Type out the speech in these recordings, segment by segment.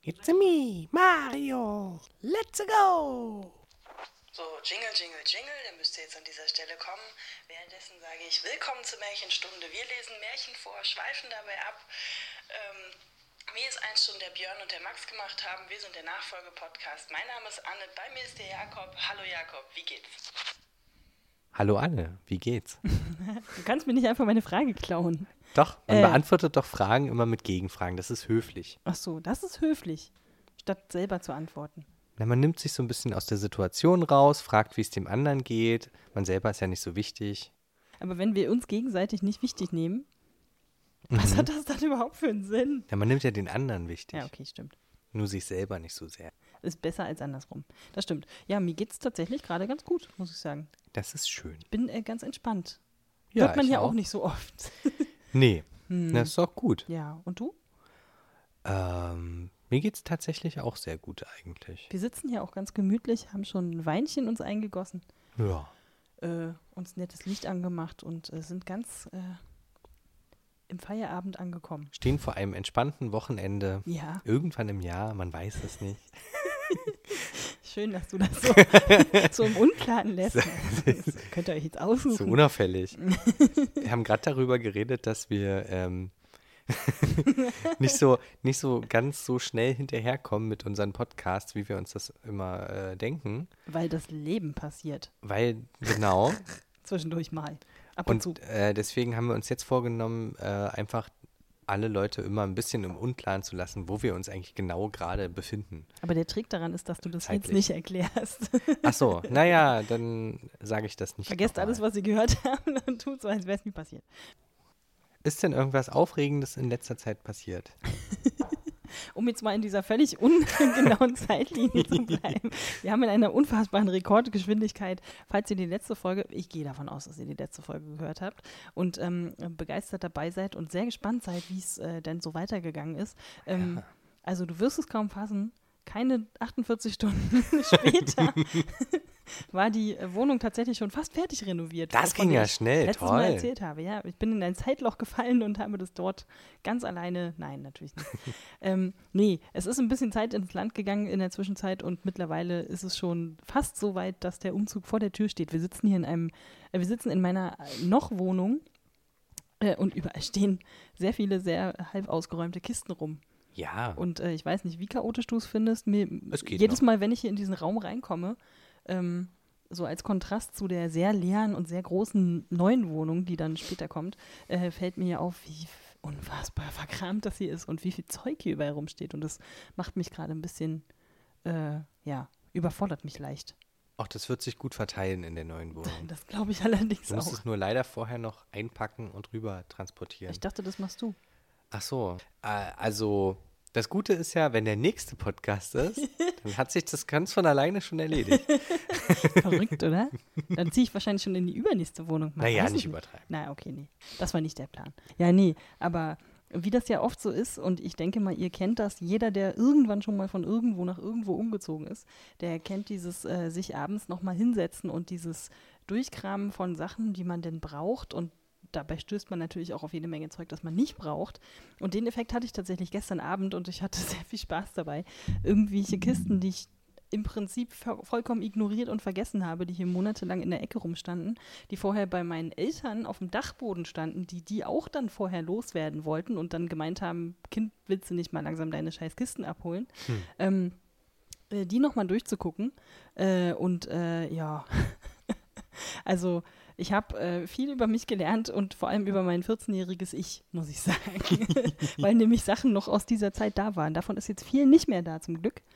It's me, Mario. Let's go. So, Jingle, Jingle, Jingle, der müsste jetzt an dieser Stelle kommen. Währenddessen sage ich Willkommen zur Märchenstunde. Wir lesen Märchen vor, schweifen dabei ab, wie es einst schon der Björn und der Max gemacht haben. Wir sind der Nachfolge-Podcast. Mein Name ist Anne, bei mir ist der Jakob. Hallo Jakob, wie geht's? Hallo Anne, wie geht's? Du kannst mir nicht einfach meine Frage klauen. Doch, man beantwortet doch Fragen immer mit Gegenfragen. Das ist höflich. Ach so, das ist höflich, statt selber zu antworten. Na, man nimmt sich so ein bisschen aus der Situation raus, fragt, wie es dem anderen geht. Man selber ist ja nicht so wichtig. Aber wenn wir uns gegenseitig nicht wichtig nehmen, was hat das dann überhaupt für einen Sinn? Ja, man nimmt ja den anderen wichtig. Ja, okay, stimmt. Nur sich selber nicht so sehr. Ist besser als andersrum. Das stimmt. Ja, mir geht's tatsächlich gerade ganz gut, muss ich sagen. Das ist schön. Ich bin ganz entspannt. Ja, Hört man ich ja auch nicht so oft. Nee, das ist doch gut. Ja, und du? Mir geht's tatsächlich auch sehr gut eigentlich. Wir sitzen hier auch ganz gemütlich, haben schon ein Weinchen uns eingegossen, Ja. uns nettes Licht angemacht und sind ganz im Feierabend angekommen. Stehen vor einem entspannten Wochenende. Ja. Irgendwann im Jahr, man weiß es nicht. Schön, dass du das so im Unklaren lässt. Das könnt ihr euch jetzt aussuchen. So unauffällig. Wir haben gerade darüber geredet, dass wir nicht so ganz so schnell hinterherkommen mit unseren Podcasts, wie wir uns das immer denken. Weil das Leben passiert. Weil, genau. Zwischendurch mal. Ab und zu. Deswegen haben wir uns jetzt vorgenommen, einfach alle Leute immer ein bisschen im Unklaren zu lassen, wo wir uns eigentlich genau gerade befinden. Aber der Trick daran ist, dass du das Zeitlich. jetzt nicht erklärst. Ach so, naja, dann sage ich das nicht. Vergesst nochmal. alles, was ihr gehört habt und tut so, als wäre es nie passiert. Ist denn irgendwas Aufregendes in letzter Zeit passiert? Um jetzt mal in dieser völlig ungenauen Zeitlinie zu bleiben. Wir haben in einer unfassbaren Rekordgeschwindigkeit, falls ihr die letzte Folge, ich gehe davon aus, dass ihr die letzte Folge gehört habt und begeistert dabei seid und sehr gespannt seid, wie es denn so weitergegangen ist. Also du wirst es kaum fassen, keine 48 Stunden später war die Wohnung tatsächlich schon fast fertig renoviert. Das von ging der ja ich schnell, letztes toll. Mal erzählt habe. Ja, ich bin in ein Zeitloch gefallen und habe das dort ganz alleine, nein, natürlich nicht. Nee, es ist ein bisschen Zeit ins Land gegangen in der Zwischenzeit und mittlerweile ist es schon fast so weit, dass der Umzug vor der Tür steht. Wir sitzen hier wir sitzen in meiner Noch-Wohnung und überall stehen sehr viele, sehr halb ausgeräumte Kisten rum. Ja. Und ich weiß nicht, wie chaotisch du es findest. Es geht Jedes noch. Mal, wenn ich hier in diesen Raum reinkomme, so als Kontrast zu der sehr leeren und sehr großen neuen Wohnung, die dann später kommt, fällt mir auf, wie unfassbar verkramt das hier ist und wie viel Zeug hier überall rumsteht. Und das macht mich gerade ein bisschen, überfordert mich leicht. Auch das wird sich gut verteilen in der neuen Wohnung. Das glaube ich allerdings Du musst auch. es nur leider vorher noch einpacken und rüber transportieren. Ich dachte, das machst du. Ach so, also das Gute ist ja, wenn der nächste Podcast ist, dann hat sich das ganz von alleine schon erledigt. Verrückt, oder? Dann ziehe ich wahrscheinlich schon in die übernächste Wohnung. Man Naja, weiß es nicht übertreiben. Na, okay, nee. Das war nicht der Plan. Ja, nee, aber wie das ja oft so ist, und ich denke mal, ihr kennt das, jeder, der irgendwann schon mal von irgendwo nach irgendwo umgezogen ist, der kennt dieses sich abends nochmal hinsetzen und dieses Durchkramen von Sachen, die man denn braucht, und dabei stößt man natürlich auch auf jede Menge Zeug, das man nicht braucht. Und den Effekt hatte ich tatsächlich gestern Abend und ich hatte sehr viel Spaß dabei. Irgendwelche Kisten, die ich im Prinzip vollkommen ignoriert und vergessen habe, die hier monatelang in der Ecke rumstanden, die vorher bei meinen Eltern auf dem Dachboden standen, die auch dann vorher loswerden wollten und dann gemeint haben, Kind, willst du nicht mal langsam deine scheiß Kisten abholen? Die nochmal durchzugucken. Ja, also ich habe viel über mich gelernt und vor allem über mein 14-jähriges Ich, muss ich sagen. Weil nämlich Sachen noch aus dieser Zeit da waren. Davon ist jetzt viel nicht mehr da, zum Glück.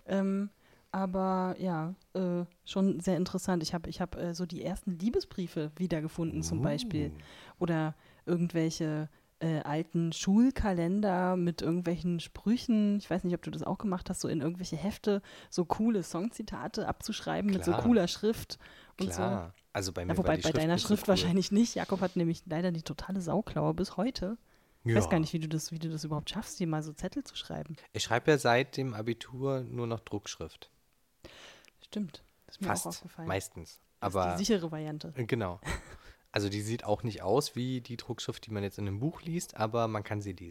Aber ja, schon sehr interessant. Ich hab so die ersten Liebesbriefe wiedergefunden zum Beispiel. Oder irgendwelche alten Schulkalender mit irgendwelchen Sprüchen. Ich weiß nicht, ob du das auch gemacht hast, so in irgendwelche Hefte so coole Songzitate abzuschreiben mit so Klar. cooler Schrift und Klar, so. also bei mir Ja, war wobei die bei Schrift deiner nicht so Schrift cool. wahrscheinlich nicht. Jakob hat nämlich leider die totale Sauklaue bis heute. Ich Ja. weiß gar nicht, wie du das überhaupt schaffst, hier mal so Zettel zu schreiben. Ich schreibe ja seit dem Abitur nur noch Druckschrift. Stimmt, das ist mir Fast, auch aufgefallen. meistens. Das ist Aber die sichere Variante. genau. Also die sieht auch nicht aus wie die Druckschrift, die man jetzt in einem Buch liest, aber man kann sie lesen.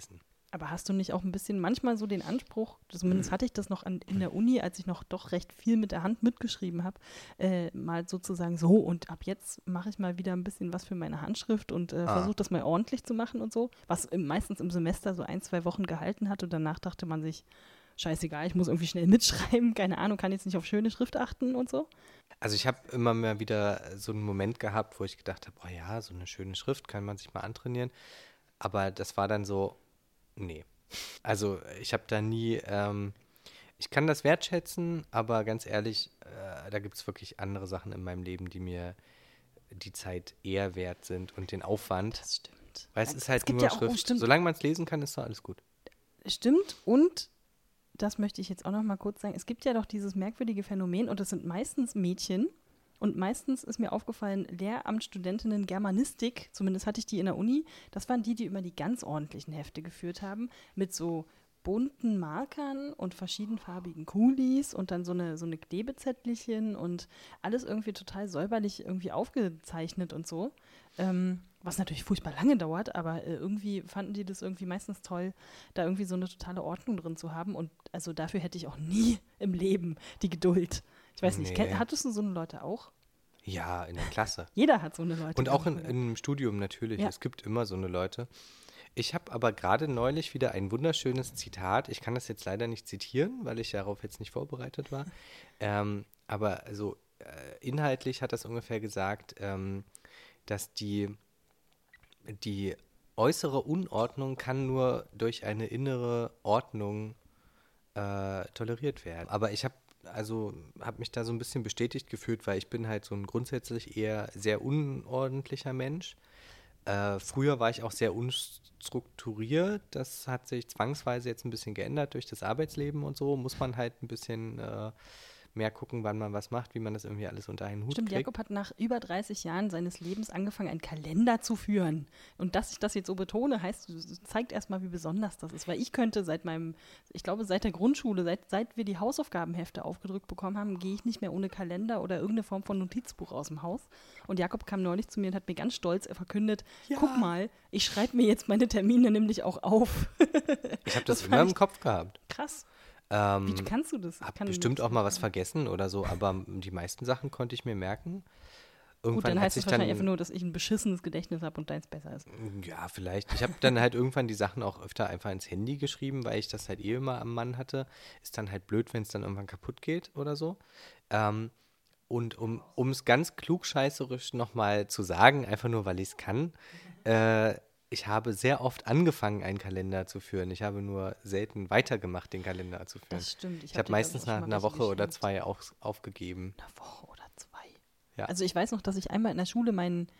Aber hast du nicht auch ein bisschen manchmal so den Anspruch, zumindest hatte ich das noch in der Uni, als ich noch doch recht viel mit der Hand mitgeschrieben habe, mal sozusagen so und ab jetzt mache ich mal wieder ein bisschen was für meine Handschrift und versuche das mal ordentlich zu machen und so, was meistens im Semester so 1-2 Wochen gehalten hat und danach dachte man sich, scheißegal, ich muss irgendwie schnell mitschreiben, keine Ahnung, kann jetzt nicht auf schöne Schrift achten und so. Also ich habe immer mal wieder so einen Moment gehabt, wo ich gedacht habe, oh ja, so eine schöne Schrift kann man sich mal antrainieren. Aber das war dann so, nee. Also ich habe da nie, ich kann das wertschätzen, aber ganz ehrlich, da gibt es wirklich andere Sachen in meinem Leben, die mir die Zeit eher wert sind und den Aufwand. Das stimmt. Weil es ist halt gibt nur ja auch, Schrift. stimmt. Solange man es lesen kann, ist doch alles gut. Stimmt und das möchte ich jetzt auch noch mal kurz sagen, es gibt ja doch dieses merkwürdige Phänomen und das sind meistens Mädchen und meistens ist mir aufgefallen, Lehramtsstudentinnen Germanistik, zumindest hatte ich die in der Uni, das waren die, die immer die ganz ordentlichen Hefte geführt haben, mit so bunten Markern und verschiedenfarbigen Kulis und dann so eine Klebezettelchen und alles irgendwie total säuberlich irgendwie aufgezeichnet und so. Was natürlich furchtbar lange dauert, aber irgendwie fanden die das irgendwie meistens toll, da irgendwie so eine totale Ordnung drin zu haben. Und also dafür hätte ich auch nie im Leben die Geduld. Ich weiß nicht, Nee. hattest du so eine Leute auch? Ja, in der Klasse. Jeder hat so eine Leute. Und auch im Studium natürlich. Ja. Es gibt immer so eine Leute. Ich habe aber gerade neulich wieder ein wunderschönes Zitat. Ich kann das jetzt leider nicht zitieren, weil ich darauf jetzt nicht vorbereitet war. Aber also inhaltlich hat das ungefähr gesagt, dass die äußere Unordnung kann nur durch eine innere Ordnung toleriert werden. Aber ich habe mich da so ein bisschen bestätigt gefühlt, weil ich bin halt so ein grundsätzlich eher sehr unordentlicher Mensch. Früher war ich auch sehr unstrukturiert. Das hat sich zwangsweise jetzt ein bisschen geändert durch das Arbeitsleben und so. Muss man halt ein bisschen mehr gucken, wann man was macht, wie man das irgendwie alles unter einen Hut Stimmt, kriegt. Jakob hat nach über 30 Jahren seines Lebens angefangen, einen Kalender zu führen. Und dass ich das jetzt so betone, zeigt erstmal, wie besonders das ist. Weil ich könnte seit der Grundschule, seit wir die Hausaufgabenhefte aufgedrückt bekommen haben, gehe ich nicht mehr ohne Kalender oder irgendeine Form von Notizbuch aus dem Haus. Und Jakob kam neulich zu mir und hat mir ganz stolz verkündet, guck mal, ich schreibe mir jetzt meine Termine nämlich auch auf. Ich habe das immer im Kopf gehabt. Krass. Wie kannst du das? Hab bestimmt auch mal was vergessen oder so, aber die meisten Sachen konnte ich mir merken. Gut, dann heißt es wahrscheinlich einfach nur, dass ich ein beschissenes Gedächtnis habe und deins besser ist. Ja, vielleicht. Ich habe dann halt irgendwann die Sachen auch öfter einfach ins Handy geschrieben, weil ich das halt immer am Mann hatte. Ist dann halt blöd, wenn es dann irgendwann kaputt geht oder so. Und um es ganz klugscheißerisch nochmal zu sagen, einfach nur, weil ich es kann, ich habe sehr oft angefangen, einen Kalender zu führen. Ich habe nur selten weitergemacht, den Kalender zu führen. Das stimmt. Ich habe meistens nach einer Woche oder 2 auch aufgegeben. Eine Woche oder 2. Ja. Also ich weiß noch, dass ich einmal in der Schule meinen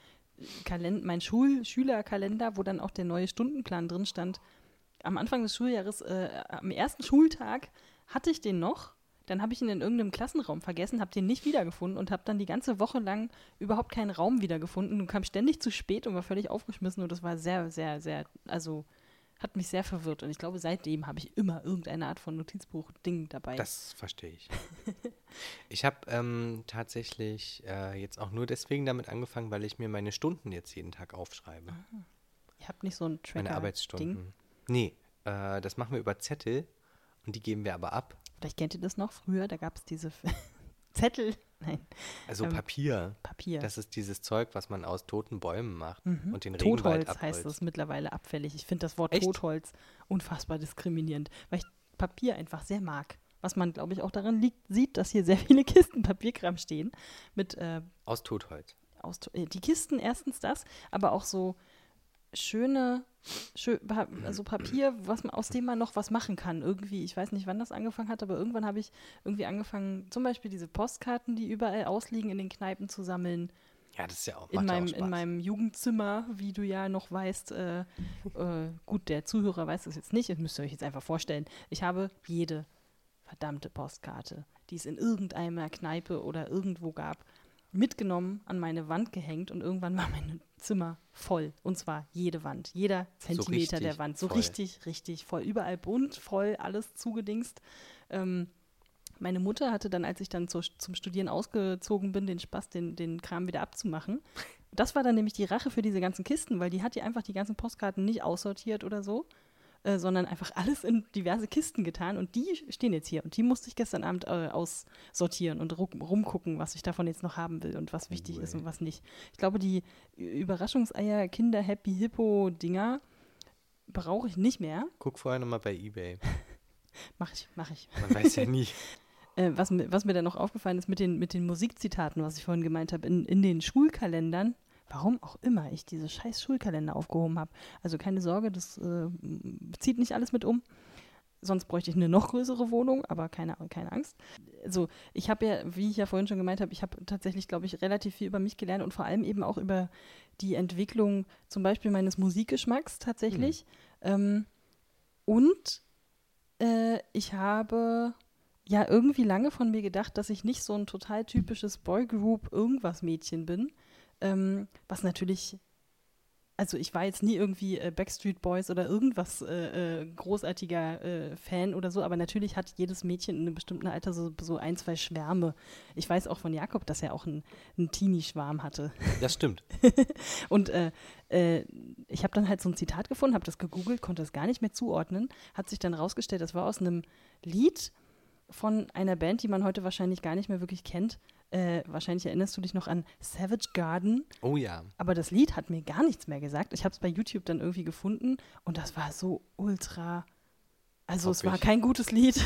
Schülerkalender, wo dann auch der neue Stundenplan drin stand, am Anfang des Schuljahres, am ersten Schultag hatte ich den noch. Dann habe ich ihn in irgendeinem Klassenraum vergessen, habe den nicht wiedergefunden und habe dann die ganze Woche lang überhaupt keinen Raum wiedergefunden und kam ständig zu spät und war völlig aufgeschmissen und das war sehr, sehr, sehr, also hat mich sehr verwirrt und ich glaube, seitdem habe ich immer irgendeine Art von Notizbuch-Ding dabei. Das verstehe ich. Ich habe tatsächlich jetzt auch nur deswegen damit angefangen, weil ich mir meine Stunden jetzt jeden Tag aufschreibe. Ich habe nicht so ein Tracker-Ding. Meine Arbeitsstunden. Nee, das machen wir über Zettel und die geben wir aber ab. Vielleicht kennt ihr das noch früher, da gab es diese Zettel, nein. Also Papier. Papier. Das ist dieses Zeug, was man aus toten Bäumen macht und den Regenwald Totholz abholzt. heißt es mittlerweile abfällig. Ich finde das Wort Echt? Totholz unfassbar diskriminierend, weil ich Papier einfach sehr mag. Was man, glaube ich, auch daran sieht, dass hier sehr viele Kisten Papierkram stehen. Aus Totholz. Die Kisten, erstens das, aber auch so also Papier, aus dem man noch was machen kann. Irgendwie, ich weiß nicht, wann das angefangen hat, aber irgendwann habe ich irgendwie angefangen, zum Beispiel diese Postkarten, die überall ausliegen, in den Kneipen zu sammeln. Ja, das ist ja auch, In macht ja auch Spaß. meinem Jugendzimmer, wie du ja noch weißt, gut, der Zuhörer weiß das jetzt nicht, das müsst ihr euch jetzt einfach vorstellen. Ich habe jede verdammte Postkarte, die es in irgendeiner Kneipe oder irgendwo gab, mitgenommen, an meine Wand gehängt und irgendwann war mein Zimmer voll. Und zwar jede Wand, jeder Zentimeter richtig der Wand. So voll. richtig, richtig voll. Überall bunt, voll, alles zugedingst. Meine Mutter hatte dann, als ich dann zum Studieren ausgezogen bin, den Spaß, den Kram wieder abzumachen. Das war dann nämlich die Rache für diese ganzen Kisten, weil die hat ja einfach die ganzen Postkarten nicht aussortiert oder so. sondern einfach alles in diverse Kisten getan und die stehen jetzt hier und die musste ich gestern Abend aussortieren und rumgucken, was ich davon jetzt noch haben will und was wichtig ist und was nicht. Ich glaube, die Überraschungseier, Kinder-Happy-Hippo-Dinger brauche ich nicht mehr. Guck vorher nochmal bei eBay. Mach ich. Man weiß ja nie. Was mir dann noch aufgefallen ist mit den Musikzitaten, was ich vorhin gemeint habe, in den Schulkalendern, warum auch immer ich diese scheiß Schulkalender aufgehoben habe. Also keine Sorge, das zieht nicht alles mit um. Sonst bräuchte ich eine noch größere Wohnung, aber keine Angst. Also ich habe ja, wie ich ja vorhin schon gemeint habe, ich habe tatsächlich, glaube ich, relativ viel über mich gelernt und vor allem eben auch über die Entwicklung zum Beispiel meines Musikgeschmacks tatsächlich. Und ich habe ja irgendwie lange von mir gedacht, dass ich nicht so ein total typisches Boygroup-Irgendwas-Mädchen bin. Was natürlich, also ich war jetzt nie irgendwie Backstreet Boys oder irgendwas großartiger Fan oder so, aber natürlich hat jedes Mädchen in einem bestimmten Alter so ein, zwei Schwärme. Ich weiß auch von Jakob, dass er auch einen Teenie-Schwarm hatte. Das stimmt. Und ich habe dann halt so ein Zitat gefunden, habe das gegoogelt, konnte es gar nicht mehr zuordnen, hat sich dann rausgestellt, das war aus einem Lied von einer Band, die man heute wahrscheinlich gar nicht mehr wirklich kennt. Wahrscheinlich erinnerst du dich noch an Savage Garden. Oh ja. Aber das Lied hat mir gar nichts mehr gesagt. Ich habe es bei YouTube dann irgendwie gefunden und das war so ultra. Also es war kein gutes Lied.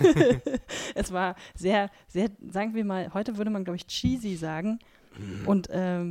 Es war sehr, sehr, sagen wir mal, heute würde man, glaube ich, cheesy sagen. Und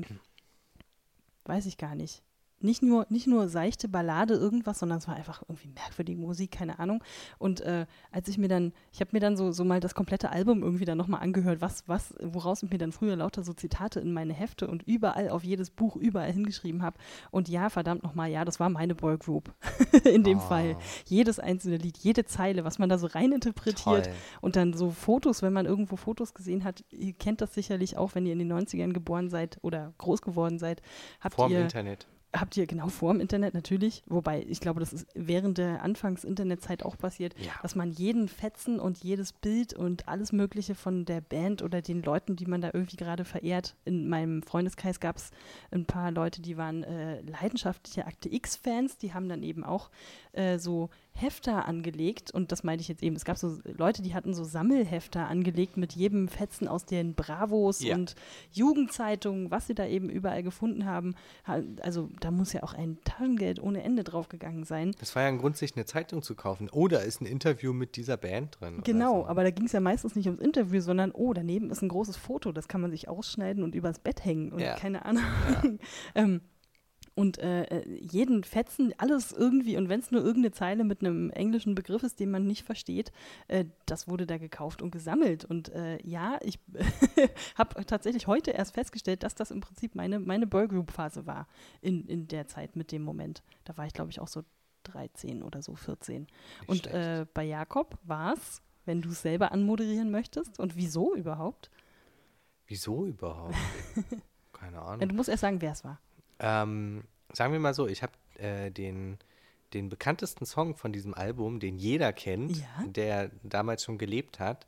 weiß ich gar nicht. Nicht nur seichte Ballade irgendwas, sondern es war einfach irgendwie merkwürdige Musik, keine Ahnung. Und als ich habe mir dann so mal das komplette Album irgendwie dann nochmal angehört, woraus ich mir dann früher lauter so Zitate in meine Hefte und überall auf jedes Buch überall hingeschrieben habe. Und ja, verdammt nochmal, ja, das war meine Boygroup in dem Fall. Jedes einzelne Lied, jede Zeile, was man da so reininterpretiert. Toll. Und dann so Fotos, wenn man irgendwo Fotos gesehen hat, ihr kennt das sicherlich auch, wenn ihr in den 90ern geboren seid oder groß geworden seid. Vorm Internet. Habt ihr genau vor dem Internet natürlich, wobei ich glaube, das ist während der Anfangs-Internetzeit auch passiert, dass man jeden Fetzen und jedes Bild und alles Mögliche von der Band oder den Leuten, die man da irgendwie gerade verehrt. In meinem Freundeskreis gab es ein paar Leute, die waren leidenschaftliche Akte X-Fans, die haben dann eben auch so Hefter angelegt und das meinte ich jetzt eben, es gab so Leute, die hatten so Sammelhefter angelegt mit jedem Fetzen aus den Bravos und Jugendzeitungen, was sie da eben überall gefunden haben. Also da muss ja auch ein Taschengeld ohne Ende draufgegangen sein. Das war ja ein Grund, sich eine Zeitung zu kaufen. Oh, da ist ein Interview mit dieser Band drin. Genau, so. Aber da ging es ja meistens nicht ums Interview, sondern daneben ist ein großes Foto, das kann man sich ausschneiden und übers Bett hängen und keine Ahnung. Ja. Und jeden Fetzen, alles irgendwie, und wenn es nur irgendeine Zeile mit einem englischen Begriff ist, den man nicht versteht, das wurde da gekauft und gesammelt. Und ich habe tatsächlich heute erst festgestellt, dass das im Prinzip meine Boygroup-Phase war in der Zeit mit dem Moment. Da war ich, glaube ich, auch so 13 oder so, 14. Und bei Jakob war es, wenn du es selber anmoderieren möchtest. Und wieso überhaupt? Wieso überhaupt? Keine Ahnung. Ja, du musst erst sagen, wer es war. Sagen wir mal so, ich habe den bekanntesten Song von diesem Album, den jeder kennt, der damals schon gelebt hat,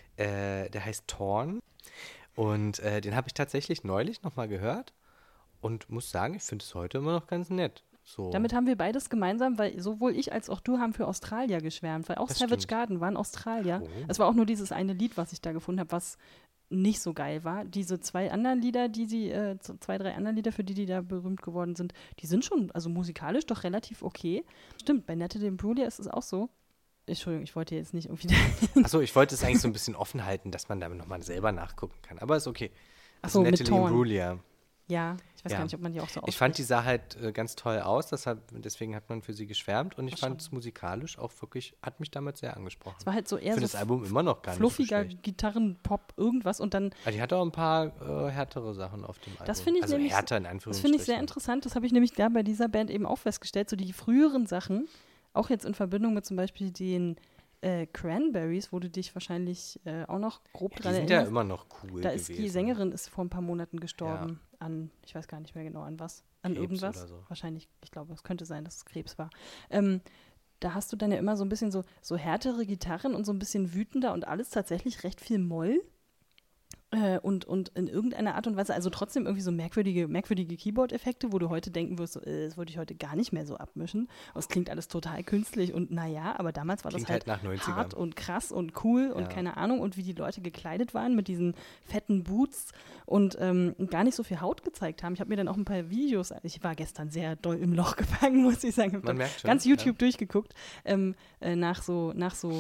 der heißt Torn. Und den habe ich tatsächlich neulich nochmal gehört und muss sagen, ich finde es heute immer noch ganz nett. So. Damit haben wir beides gemeinsam, weil sowohl ich als auch du haben für Australier geschwärmt, weil auch das Savage Garden war in Australien. Es war auch nur dieses eine Lied, was ich da gefunden habe, was nicht so geil war. Diese zwei anderen Lieder, zwei, drei anderen Lieder, für die da berühmt geworden sind, die sind schon, also musikalisch doch relativ okay. Stimmt, bei Natalie Imbruglia ist es auch so. Entschuldigung, ich wollte jetzt nicht irgendwie... Achso, ich wollte es eigentlich so ein bisschen offen halten, dass man damit nochmal selber nachgucken kann. Aber ist okay. Achso, mit Natalie Imbruglia. Ja, ich weiß gar nicht, ob man die auch so ausspricht. Ich fand, die sah halt ganz toll aus, deswegen hat man für sie geschwärmt und ich fand es musikalisch auch wirklich, hat mich damals sehr angesprochen. Es war halt so eher für so das Album immer noch gar fluffiger nicht so Gitarrenpop, irgendwas und dann... Aber die hat auch ein paar härtere Sachen auf dem Album. Das finde ich also nämlich, härter in Anführungsstrichen. Das finde ich sehr interessant, das habe ich nämlich da bei dieser Band eben auch festgestellt, so die früheren Sachen, auch jetzt in Verbindung mit zum Beispiel den Cranberries, wo du dich wahrscheinlich auch noch grob dran erinnerst. Die sind ja immer noch cool gewesen. Die Sängerin ist vor ein paar Monaten gestorben an, ich weiß gar nicht mehr genau an was, an Krebs irgendwas. oder so. Wahrscheinlich, ich glaube, es könnte sein, dass es Krebs war. Da hast du dann ja immer so ein bisschen so härtere Gitarren und so ein bisschen wütender und alles tatsächlich recht viel Moll. Und in irgendeiner Art und Weise, also trotzdem irgendwie so merkwürdige Keyboard-Effekte, wo du heute denken wirst, so, das wollte ich heute gar nicht mehr so abmischen. Es klingt alles total künstlich und naja, aber damals war Klingt das halt nach 90ern. hart und krass und cool und keine Ahnung und wie die Leute gekleidet waren mit diesen fetten Boots und gar nicht so viel Haut gezeigt haben. Ich habe mir dann auch ein paar Videos, ich war gestern sehr doll im Loch gefangen, muss ich sagen. Ich habe ganz YouTube durchgeguckt nach so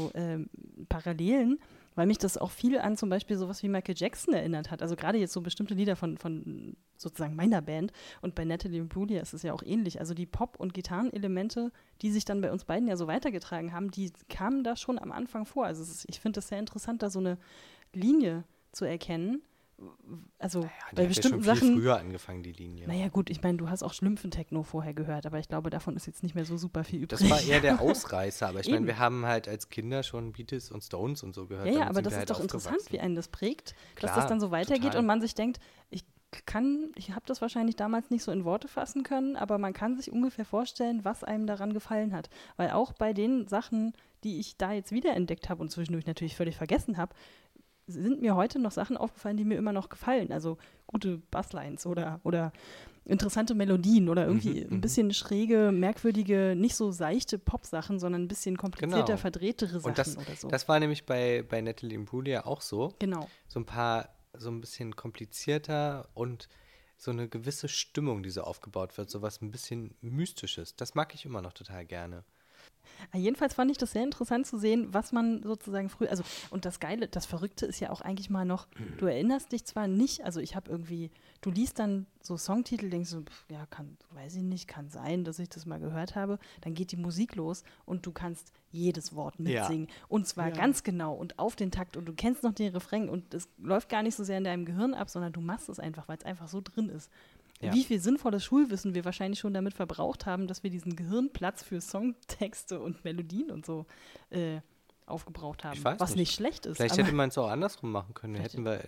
Parallelen, weil mich das auch viel an zum Beispiel sowas wie Michael Jackson erinnert hat. Also gerade jetzt so bestimmte Lieder von sozusagen meiner Band und bei Natalie Imbruglia ist es ja auch ähnlich. Also die Pop- und Gitarrenelemente, die sich dann bei uns beiden ja so weitergetragen haben, die kamen da schon am Anfang vor. Also ich finde das sehr interessant, da so eine Linie zu erkennen. Also bei bestimmten ja schon viel Sachen. früher angefangen, die Linie. Naja gut, ich meine, du hast auch Schlümpfen-Techno vorher gehört, aber ich glaube, davon ist jetzt nicht mehr so super viel übrig. Das war eher der Ausreißer, aber ich meine, wir haben halt als Kinder schon Beatles und Stones und so gehört. Ja, aber das ist doch interessant, wie einen das prägt, dass das dann so weitergeht total. und man sich denkt, ich habe das wahrscheinlich damals nicht so in Worte fassen können, aber man kann sich ungefähr vorstellen, was einem daran gefallen hat. Weil auch bei den Sachen, die ich da jetzt wiederentdeckt habe und zwischendurch natürlich völlig vergessen habe, sind mir heute noch Sachen aufgefallen, die mir immer noch gefallen. Also gute Basslines oder interessante Melodien oder irgendwie ein bisschen schräge, merkwürdige, nicht so seichte Pop-Sachen, sondern ein bisschen komplizierter, verdrehtere Sachen oder so. Das war nämlich bei Natalie Imbruglia auch so. Genau. So ein bisschen komplizierter und so eine gewisse Stimmung, die so aufgebaut wird, so was ein bisschen Mystisches. Das mag ich immer noch total gerne. Jedenfalls fand ich das sehr interessant zu sehen, was man sozusagen früher, also und das Geile, das Verrückte ist ja auch eigentlich mal noch, du erinnerst dich zwar nicht, also ich habe irgendwie, du liest dann so Songtitel, denkst so, ja, weiß ich nicht, kann sein, dass ich das mal gehört habe, dann geht die Musik los und du kannst jedes Wort mitsingen und zwar ganz genau und auf den Takt und du kennst noch den Refrain und es läuft gar nicht so sehr in deinem Gehirn ab, sondern du machst es einfach, weil es einfach so drin ist. Ja. Wie viel sinnvolles Schulwissen wir wahrscheinlich schon damit verbraucht haben, dass wir diesen Gehirnplatz für Songtexte und Melodien und so aufgebraucht haben. Was nicht schlecht ist. Vielleicht hätte man es auch andersrum machen können. Hätten wir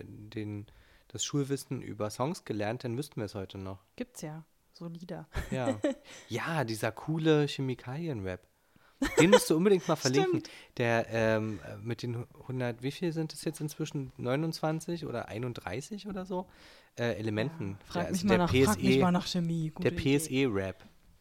das Schulwissen über Songs gelernt, dann wüssten wir es heute noch. Gibt's ja, so Lieder. Ja, dieser coole Chemikalien-Rap. Den musst du unbedingt mal verlinken. Der mit den 100, wie viel sind es jetzt inzwischen? 29 oder 31 oder so? Elementen. Ja, frag mich mal nach Chemie. Der PSE-Rap.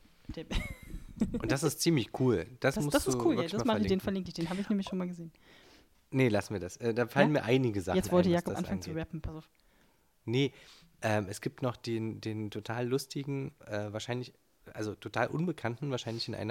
Und das ist ziemlich cool. Das ist cool, ja, den verlinke ich. Den habe ich nämlich schon mal gesehen. Nee, lassen wir das. Da fallen mir einige Sachen Jetzt wollte Jakob anfangen zu rappen, pass auf. Nee, es gibt noch den total lustigen, wahrscheinlich, also total unbekannten, wahrscheinlich in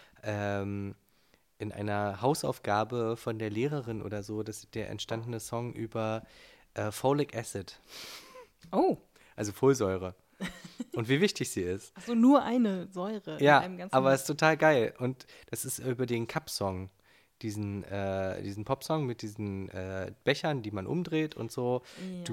einer Hausaufgabe von der Lehrerin oder so, der entstandene Song über Folic Acid. Oh. Also Folsäure. Und wie wichtig sie ist. Achso, nur eine Säure. Ja, in einem ganzen aber es ist total geil. Und das ist über den Cup-Song. Diesen Popsong mit diesen Bechern, die man umdreht und so.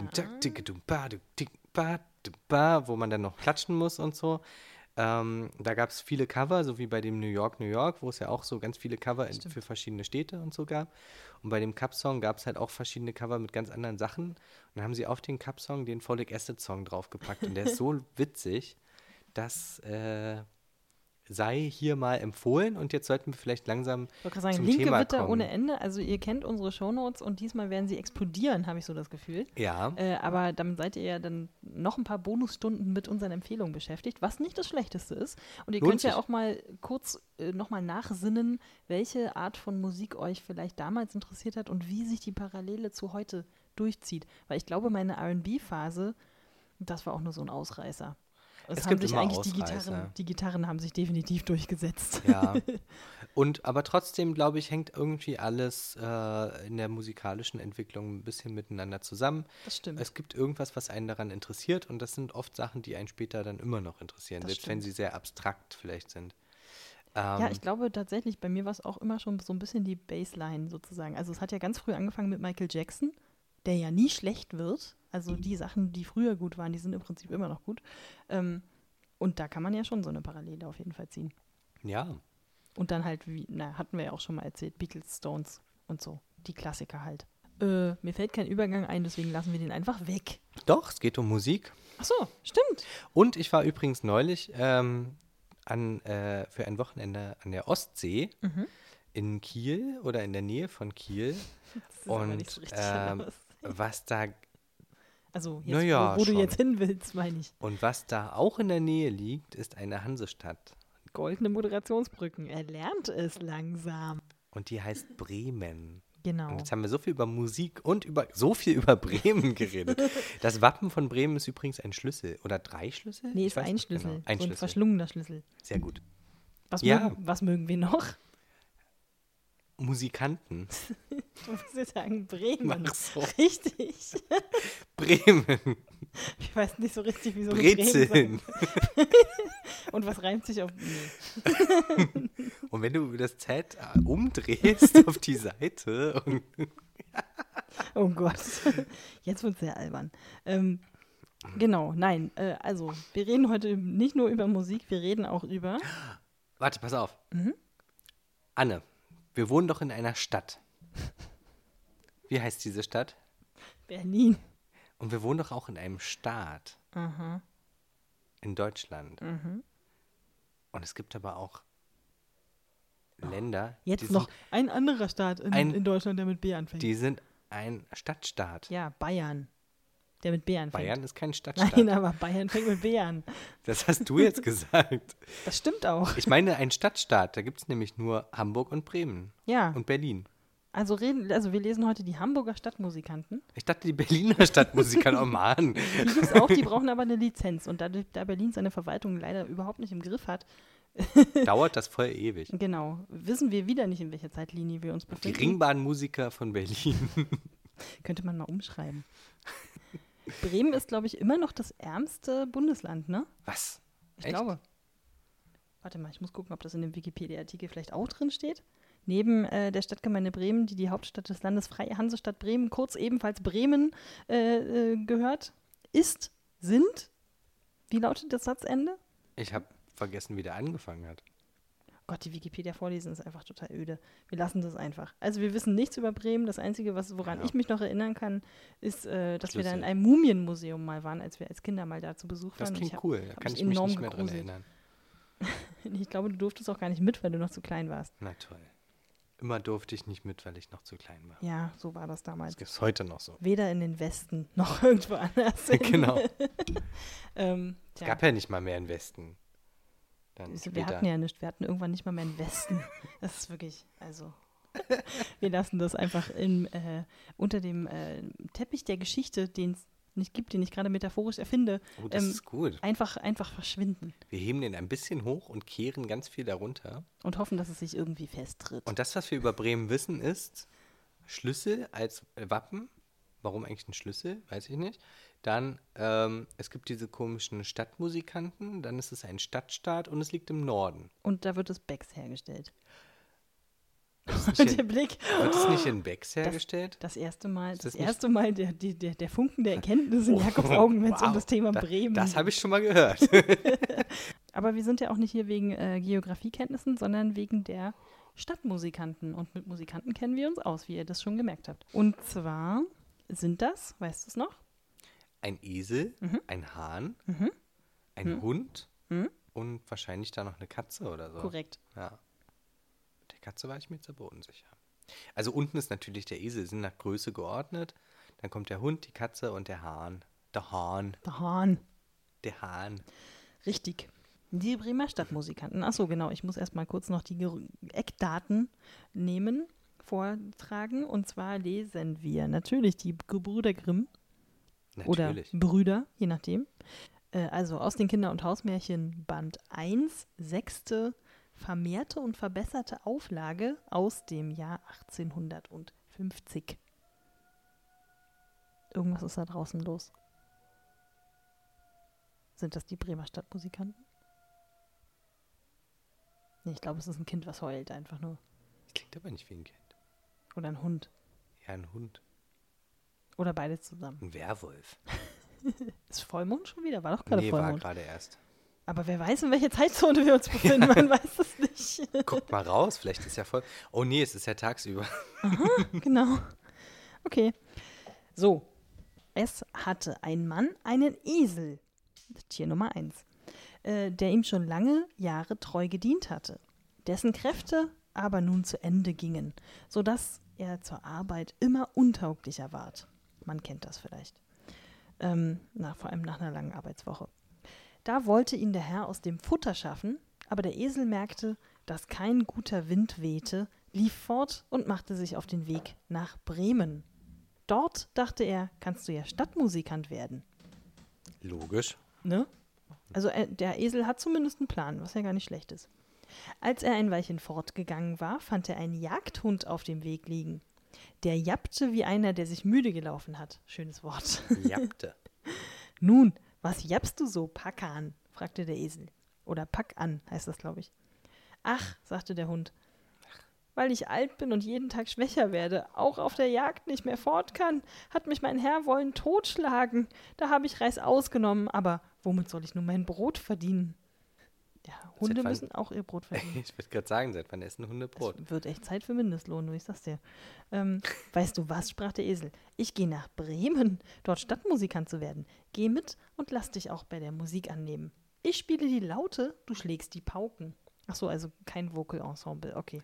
Ja. Wo man dann noch klatschen muss und so. Da gab es viele Cover, so wie bei dem New York, wo es ja auch so ganz viele Cover für verschiedene Städte und so gab. Und bei dem Cup-Song gab es halt auch verschiedene Cover mit ganz anderen Sachen. Und dann haben sie auf den Cup-Song den Folic Acid-Song draufgepackt. Und der ist so witzig, dass sei hier mal empfohlen. Und jetzt sollten wir vielleicht langsam zum Thema kommen. Linkgewitter ohne Ende. Also ihr kennt unsere Shownotes und diesmal werden sie explodieren, habe ich so das Gefühl. Ja. Aber damit seid ihr ja dann noch ein paar Bonusstunden mit unseren Empfehlungen beschäftigt, was nicht das Schlechteste ist. Und ihr könnt ja auch mal kurz nochmal nachsinnen, welche Art von Musik euch vielleicht damals interessiert hat und wie sich die Parallele zu heute durchzieht. Weil ich glaube, meine R&B-Phase, das war auch nur so ein Ausreißer. Es haben sich eigentlich die Gitarren haben sich definitiv durchgesetzt. Ja. Aber trotzdem, glaube ich, hängt irgendwie alles in der musikalischen Entwicklung ein bisschen miteinander zusammen. Das stimmt. Es gibt irgendwas, was einen daran interessiert und das sind oft Sachen, die einen später dann immer noch interessieren, selbst wenn sie sehr abstrakt vielleicht sind. Ja, ich glaube tatsächlich, bei mir war es auch immer schon so ein bisschen die Bassline sozusagen. Also es hat ja ganz früh angefangen mit Michael Jackson, der ja nie schlecht wird. Also die Sachen, die früher gut waren, die sind im Prinzip immer noch gut. Und da kann man ja schon so eine Parallele auf jeden Fall ziehen. Ja. Und dann halt, hatten wir ja auch schon mal erzählt, Beatles, Stones und so. Die Klassiker halt. Mir fällt kein Übergang ein, deswegen lassen wir den einfach weg. Doch, es geht um Musik. Ach so, stimmt. Und ich war übrigens neulich für ein Wochenende an der Ostsee in Kiel oder in der Nähe von Kiel. Das ist aber nicht so richtig Also jetzt, Naja, wo du schon. jetzt hin willst, meine ich. Und was da auch in der Nähe liegt, ist eine Hansestadt. Goldene Moderationsbrücken. Er lernt es langsam. Und die heißt Bremen. Genau. Und jetzt haben wir so viel über Musik und so viel über Bremen geredet. Das Wappen von Bremen ist übrigens ein Schlüssel. Oder 3 Schlüssel? Nee, Ich ist weiß ein nicht Schlüssel. genau. Ein so ein Schlüssel. verschlungener Schlüssel. Sehr gut. Was, Ja. was mögen wir noch? Musikanten. Du musst jetzt sagen Bremen. Mach so. Richtig. Bremen. Ich weiß nicht so richtig, wieso du Bremen Brezeln. sagst. Und was reimt sich auf... Nee. Und wenn du das Z umdrehst auf die Seite und Oh Gott. Jetzt wird es sehr albern. Genau, nein. Also, wir reden heute nicht nur über Musik, wir reden auch über... Warte, pass auf. Mhm. Anne, wir wohnen doch in einer Stadt. Wie heißt diese Stadt? Berlin. Und wir wohnen doch auch in einem Staat Aha. in Deutschland. Mhm. Und es gibt aber auch Länder, Jetzt noch ein anderer Staat in Deutschland, der mit B anfängt. die sind ein Stadtstaat. Ja, Bayern. Der mit B anfängt. Bayern ist kein Stadtstaat. Nein, aber Bayern fängt mit B an. Das hast du jetzt gesagt. Das stimmt auch. Ich meine ein Stadtstaat. Da gibt es nämlich nur Hamburg und Bremen Ja, und Berlin. also wir lesen heute die Hamburger Stadtmusikanten. Ich dachte, die Berliner Stadtmusiker, oh Mann. Die gibt es auch, die brauchen aber eine Lizenz. Und da Berlin seine Verwaltung leider überhaupt nicht im Griff hat, Dauert das voll ewig. genau, wissen wir wieder nicht, in welcher Zeitlinie wir uns Die befinden. Ringbahnmusiker von Berlin. Könnte man mal umschreiben. Bremen ist, glaube ich, immer noch das ärmste Bundesland, ne? Was? Ich Echt? glaube. Warte mal, ich muss gucken, ob das in dem Wikipedia-Artikel vielleicht auch drin steht. Neben der Stadtgemeinde Bremen, die Hauptstadt des Landes Freie Hansestadt Bremen, kurz ebenfalls Bremen gehört, sind, wie lautet das Satzende? Ich habe vergessen, wie der angefangen hat. Gott, die Wikipedia vorlesen ist einfach total öde. Wir lassen das einfach. Also wir wissen nichts über Bremen. Das Einzige, woran Ja. ich mich noch erinnern kann, ist, dass wir da Schlüssel. in einem Mumienmuseum mal waren, als wir als Kinder mal da zu Besuch Das waren. Und klingt cool. Da hab kann mich ich mich enorm nicht mehr dran gegruselt. erinnern. Ich glaube, du durftest auch gar nicht mit, weil du noch zu klein warst. Na toll. Immer durfte ich nicht mit, weil ich noch zu klein war. Ja, so war das damals. Das ist heute noch so. Weder in den Westen noch irgendwo anders. Genau. Es Es gab ja nicht mal mehr einen Westen. Dann wir später. hatten ja nichts. Wir hatten irgendwann nicht mal mehr einen Westen. Das ist wirklich, also. Wir lassen das einfach unter dem Teppich der Geschichte, den es nicht gibt, den ich gerade metaphorisch erfinde, Oh, das ist gut. einfach verschwinden Wir heben den ein bisschen hoch und kehren ganz viel darunter. und hoffen, dass es sich irgendwie festtritt. Und das, was wir über Bremen wissen, ist Schlüssel als Wappen. Warum eigentlich ein Schlüssel? Weiß ich nicht. Dann, es gibt diese komischen Stadtmusikanten. Dann ist es ein Stadtstaat und es liegt im Norden. Und da wird das Becks hergestellt. Wird es Und nicht der in, Blick, wird es nicht in Becks hergestellt? das erste Mal, Ist das nicht- der Funken der Erkenntnis in Jakobs Augen, wenn es um Wow. das Thema Bremen Das habe ich schon mal gehört. Aber wir sind ja auch nicht hier wegen Geografiekenntnissen, sondern wegen der Stadtmusikanten. Und mit Musikanten kennen wir uns aus, wie ihr das schon gemerkt habt. Und zwar sind das, weißt du es noch? Ein Esel, Mhm. ein Hahn, Mhm. ein Hund Mhm. und wahrscheinlich da noch eine Katze oder so. Korrekt. Ja. Mit der Katze war ich mir jetzt aber unsicher. Also unten ist natürlich der Esel, sind nach Größe geordnet. Dann kommt der Hund, die Katze und der Hahn. Der Hahn. Der Hahn. Der Hahn. Richtig. Die Bremer Stadtmusikanten. Achso, genau. Ich muss erstmal kurz noch die Eckdaten vortragen. Und zwar lesen wir natürlich die Gebrüder Grimm. Natürlich. Oder Brüder, je nachdem. Also aus den Kinder- und Hausmärchen Band 1, 6. vermehrte und verbesserte Auflage aus dem Jahr 1850. Irgendwas ist da draußen los. Sind das die Bremer Stadtmusikanten? Nee, ich glaube, es ist ein Kind, was heult einfach nur. Das klingt aber nicht wie ein Kind. Oder ein Hund. Ja, ein Hund. Oder beides zusammen. Ein Werwolf. Ist Vollmond schon wieder? War doch gerade Nee, war Vollmond. gerade erst. Aber wer weiß, in welcher Zeitzone wir uns befinden, man weiß es nicht. Guckt mal raus, vielleicht ist ja voll. Oh nee, es ist ja tagsüber. Genau. Okay. So. Es hatte ein Mann einen Esel, Tier Nummer 1, der ihm schon lange Jahre treu gedient hatte, dessen Kräfte aber nun zu Ende gingen, sodass er zur Arbeit immer untauglicher ward. Man kennt das vielleicht. vor allem nach einer langen Arbeitswoche. Da wollte ihn der Herr aus dem Futter schaffen, aber der Esel merkte, dass kein guter Wind wehte, lief fort und machte sich auf den Weg nach Bremen. Dort, dachte er, kannst du ja Stadtmusikant werden. Logisch. Ne? Also der Esel hat zumindest einen Plan, was ja gar nicht schlecht ist. Als er ein Weilchen fortgegangen war, fand er einen Jagdhund auf dem Weg liegen. Der jappte wie einer, der sich müde gelaufen hat. Schönes Wort. Jappte. Nun, was jappst du so, Packan? Fragte der Esel. Oder Pack an, heißt das, glaube ich. Ach, sagte der Hund, weil ich alt bin und jeden Tag schwächer werde, auch auf der Jagd nicht mehr fort kann, hat mich mein Herr wollen totschlagen. Da habe ich Reißaus genommen, aber womit soll ich nun mein Brot verdienen? Ja, Hunde müssen auch ihr Brot verdienen. Ich würde gerade sagen, seit wann essen Hunde Brot? Es wird echt Zeit für Mindestlohn, du, ich sag's dir. Weißt du was, sprach der Esel, ich gehe nach Bremen, dort Stadtmusikant zu werden. Geh mit und lass dich auch bei der Musik annehmen. Ich spiele die Laute, du schlägst die Pauken. Ach so, also kein Vocal-Ensemble, okay.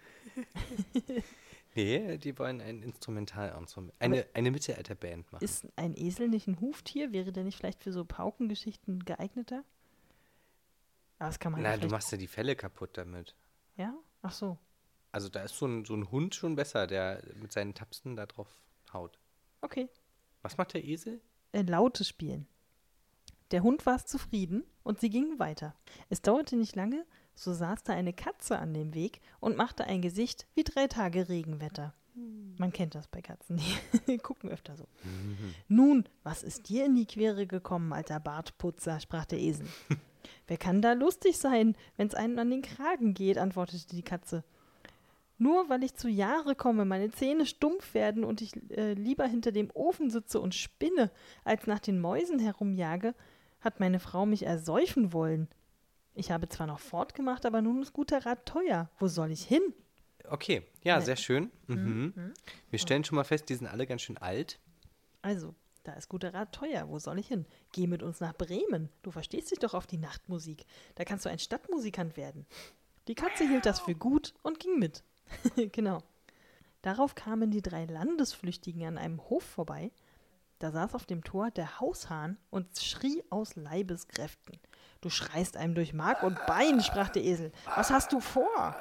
Nee, die wollen ein Instrumentalensemble. Eine Mittelalterband machen. Ist ein Esel nicht ein Huftier? Wäre der nicht vielleicht für so Paukengeschichten geeigneter? Aber das kann man Nein, du machst ja die Felle kaputt damit. Ja? Ach so. Also da ist so ein Hund schon besser, der mit seinen Tapsen da drauf haut. Okay. Was macht der Esel? Laute spielen. Der Hund war zufrieden und sie gingen weiter. Es dauerte nicht lange, so saß da eine Katze an dem Weg und machte ein Gesicht wie 3 Tage Regenwetter. Man kennt das bei Katzen, die gucken öfter so. Nun, was ist dir in die Quere gekommen, alter Bartputzer, sprach der Esel. Wer kann da lustig sein, wenn's einem an den Kragen geht, antwortete die Katze. Nur weil ich zu Jahre komme, meine Zähne stumpf werden und ich lieber hinter dem Ofen sitze und spinne, als nach den Mäusen herumjage, hat meine Frau mich ersäufen wollen. Ich habe zwar noch fortgemacht, aber nun ist guter Rat teuer. Wo soll ich hin? Okay, ja, sehr schön. Wir stellen schon mal fest, die sind alle ganz schön alt. Also, da ist guter Rat teuer. Wo soll ich hin? Geh mit uns nach Bremen. Du verstehst dich doch auf die Nachtmusik. Da kannst du ein Stadtmusikant werden. Die Katze hielt das für gut und ging mit. Genau. Darauf kamen die 3 Landesflüchtigen an einem Hof vorbei. Da saß auf dem Tor der Haushahn und schrie aus Leibeskräften. Du schreist einem durch Mark und Bein, sprach der Esel. Was hast du vor?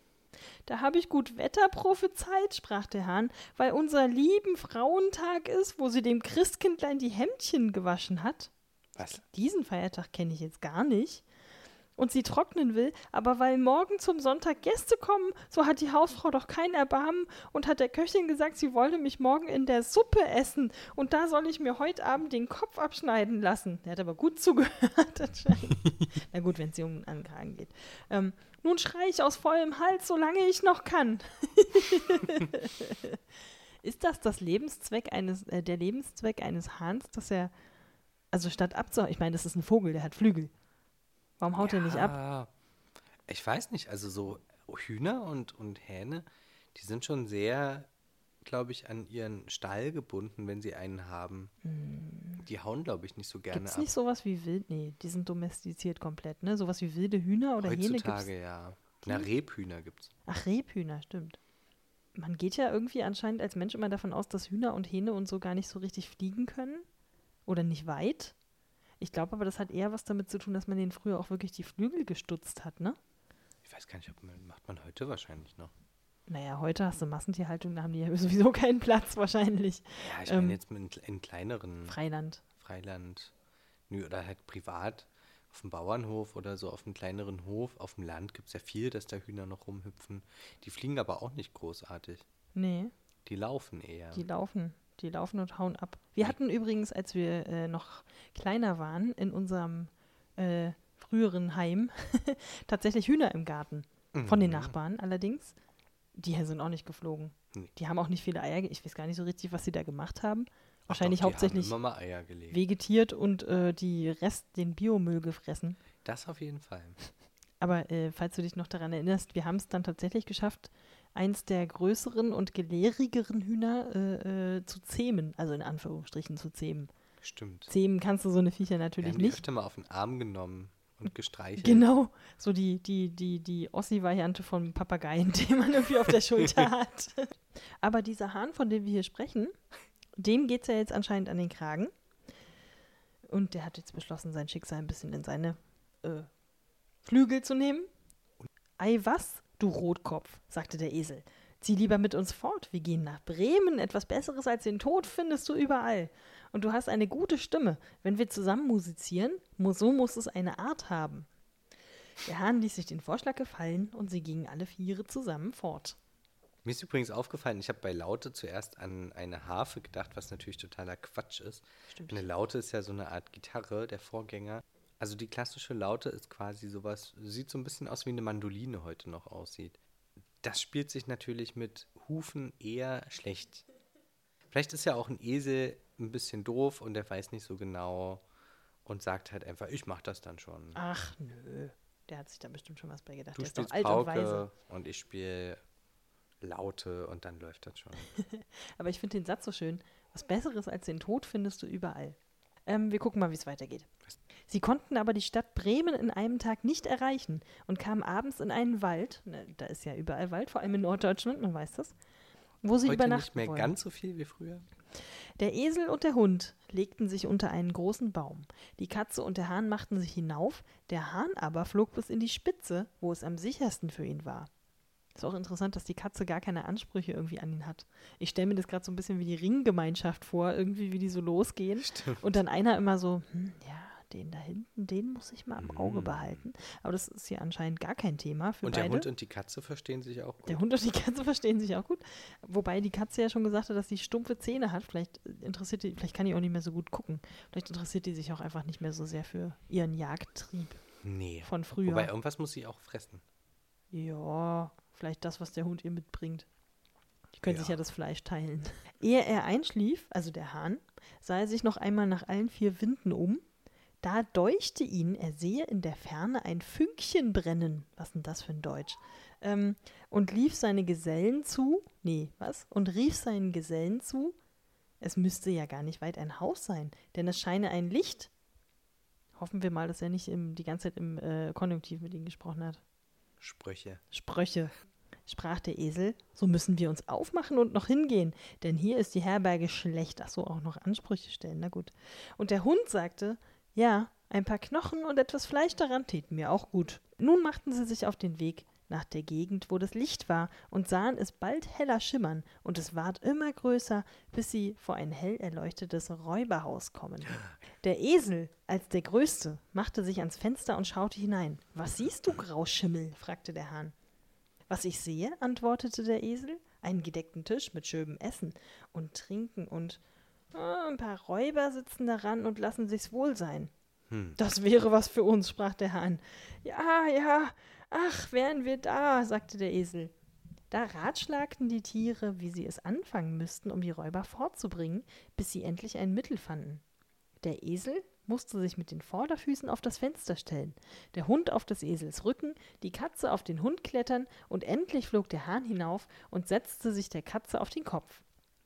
Da habe ich gut Wetter prophezeit, sprach der Hahn, weil unser lieben Frauentag ist, wo sie dem Christkindlein die Hemdchen gewaschen hat. Was? Diesen Feiertag kenne ich jetzt gar nicht. Und sie trocknen will, aber weil morgen zum Sonntag Gäste kommen, so hat die Hausfrau doch kein Erbarmen und hat der Köchin gesagt, sie wolle mich morgen in der Suppe essen und da soll ich mir heute Abend den Kopf abschneiden lassen. Der hat aber gut zugehört anscheinend. Na gut, wenn es um den Ankragen geht. Nun schrei ich aus vollem Hals, solange ich noch kann. Ist das der Lebenszweck eines Hahns, dass er, also statt abzuhauen, ich meine, das ist ein Vogel, der hat Flügel. Warum haut er nicht ab? Ich weiß nicht, also so Hühner und Hähne, die sind schon sehr, glaube ich, an ihren Stall gebunden, wenn sie einen haben. Die hauen, glaube ich, nicht so gerne ab. Gibt's nicht sowas wie wild? Nee, die sind domestiziert komplett, ne? Sowas wie wilde Hühner oder Hähne gibt's? Heutzutage, ja. Na, Rebhühner gibt's. Ach, Rebhühner, stimmt. Man geht ja irgendwie anscheinend als Mensch immer davon aus, dass Hühner und Hähne und so gar nicht so richtig fliegen können. Oder nicht weit. Ich glaube aber, das hat eher was damit zu tun, dass man denen früher auch wirklich die Flügel gestutzt hat, ne? Ich weiß gar nicht, macht man heute wahrscheinlich noch. Naja, heute hast du Massentierhaltung, da haben die ja sowieso keinen Platz wahrscheinlich. Ja, ich meine jetzt in kleineren... Freiland. Nö, oder halt privat auf dem Bauernhof oder so auf einem kleineren Hof. Auf dem Land gibt es ja viel, dass da Hühner noch rumhüpfen. Die fliegen aber auch nicht großartig. Nee. Die laufen eher. Die laufen und hauen ab. Wir hatten übrigens, als wir noch kleiner waren, in unserem früheren Heim tatsächlich Hühner im Garten. Von den Nachbarn allerdings. Die sind auch nicht geflogen. Nee. Die haben auch nicht viele Eier. Ich weiß gar nicht so richtig, was sie da gemacht haben. Wahrscheinlich hauptsächlich haben immer mal Eier gelegt. Vegetiert und den Biomüll gefressen. Das auf jeden Fall. Aber falls du dich noch daran erinnerst, wir haben es dann tatsächlich geschafft, eins der größeren und gelehrigeren Hühner zu zähmen. Also in Anführungsstrichen zu zähmen. Stimmt. Zähmen kannst du so eine Viecher natürlich nicht. Wir haben die nicht. öfter mal auf den Arm genommen und gestreichelt. Genau, so die Ossi-Variante von Papageien, die man irgendwie auf der Schulter hat. Aber dieser Hahn, von dem wir hier sprechen, dem geht es ja jetzt anscheinend an den Kragen. Und der hat jetzt beschlossen, sein Schicksal ein bisschen in seine Flügel zu nehmen. Ei was, du Rotkopf, sagte der Esel. Zieh lieber mit uns fort, wir gehen nach Bremen. Etwas Besseres als den Tod findest du überall. Und du hast eine gute Stimme. Wenn wir zusammen musizieren, so muss es eine Art haben. Der Hahn ließ sich den Vorschlag gefallen und sie gingen alle 4 zusammen fort. Mir ist übrigens aufgefallen, ich habe bei Laute zuerst an eine Harfe gedacht, was natürlich totaler Quatsch ist. Stimmt. Eine Laute ist ja so eine Art Gitarre, der Vorgänger. Also die klassische Laute ist quasi sowas, sieht so ein bisschen aus, wie eine Mandoline heute noch aussieht. Das spielt sich natürlich mit Hufen eher schlecht. Vielleicht ist ja auch ein Esel ein bisschen doof und der weiß nicht so genau und sagt halt einfach, ich mach das dann schon. Ach nö, der hat sich da bestimmt schon was bei gedacht. Du Der ist doch spielst alt und weise. Pauke und ich spiele Laute und dann läuft das schon. Aber ich finde den Satz so schön. Was Besseres als den Tod findest du überall. Wir gucken mal, wie es weitergeht. Sie konnten aber die Stadt Bremen in einem Tag nicht erreichen und kamen abends in einen Wald, da ist ja überall Wald, vor allem in Norddeutschland, man weiß das, wo sie Heute übernachten nicht mehr wollen. ganz so viel wie früher. Der Esel und der Hund legten sich unter einen großen Baum. Die Katze und der Hahn machten sich hinauf, der Hahn aber flog bis in die Spitze, wo es am sichersten für ihn war. Ist auch interessant, dass die Katze gar keine Ansprüche irgendwie an ihn hat. Ich stelle mir das gerade so ein bisschen wie die Ringgemeinschaft vor, irgendwie wie die so losgehen. Stimmt. Und dann einer immer so, ja, den da hinten, den muss ich mal im Auge behalten. Aber das ist hier anscheinend gar kein Thema für Und beide. der Hund und die Katze verstehen sich auch gut. Der Hund und die Katze verstehen sich auch gut. Wobei die Katze ja schon gesagt hat, dass sie stumpfe Zähne hat. Vielleicht kann die auch nicht mehr so gut gucken. Vielleicht interessiert die sich auch einfach nicht mehr so sehr für ihren Jagdtrieb Nee. von früher. Wobei irgendwas muss sie auch fressen. Ja, vielleicht das, was der Hund ihr mitbringt. Die können sich Ja. ja das Fleisch teilen. Ehe er einschlief, also der Hahn, sah er sich noch einmal nach allen 4 Winden um. Da deuchte ihn, er sehe in der Ferne ein Fünkchen brennen. Was denn das für ein Deutsch? Und rief seinen Gesellen zu, es müsste ja gar nicht weit ein Haus sein, denn es scheine ein Licht. Hoffen wir mal, dass er nicht die ganze Zeit im Konjunktiv mit ihnen gesprochen hat. Sprüche. Spröche, sprach der Esel, so müssen wir uns aufmachen und noch hingehen, denn hier ist die Herberge schlecht. Ach so, auch noch Ansprüche stellen, na gut. Und der Hund sagte, ja, ein paar Knochen und etwas Fleisch daran täten mir auch gut. Nun machten sie sich auf den Weg nach der Gegend, wo das Licht war, und sahen es bald heller schimmern, und es ward immer größer, bis sie vor ein hell erleuchtetes Räuberhaus kommen. Der Esel, als der Größte, machte sich ans Fenster und schaute hinein. »Was siehst du, Grauschimmel?« fragte der Hahn. »Was ich sehe«, antwortete der Esel, »einen gedeckten Tisch mit schönem Essen und Trinken und ein paar Räuber sitzen daran und lassen sich's wohl sein.« »Das wäre was für uns«, sprach der Hahn. »Ja, ach, wären wir da«, sagte der Esel. Da ratschlagten die Tiere, wie sie es anfangen müssten, um die Räuber fortzubringen, bis sie endlich ein Mittel fanden. Der Esel musste sich mit den Vorderfüßen auf das Fenster stellen, der Hund auf des Esels Rücken, die Katze auf den Hund klettern, und endlich flog der Hahn hinauf und setzte sich der Katze auf den Kopf.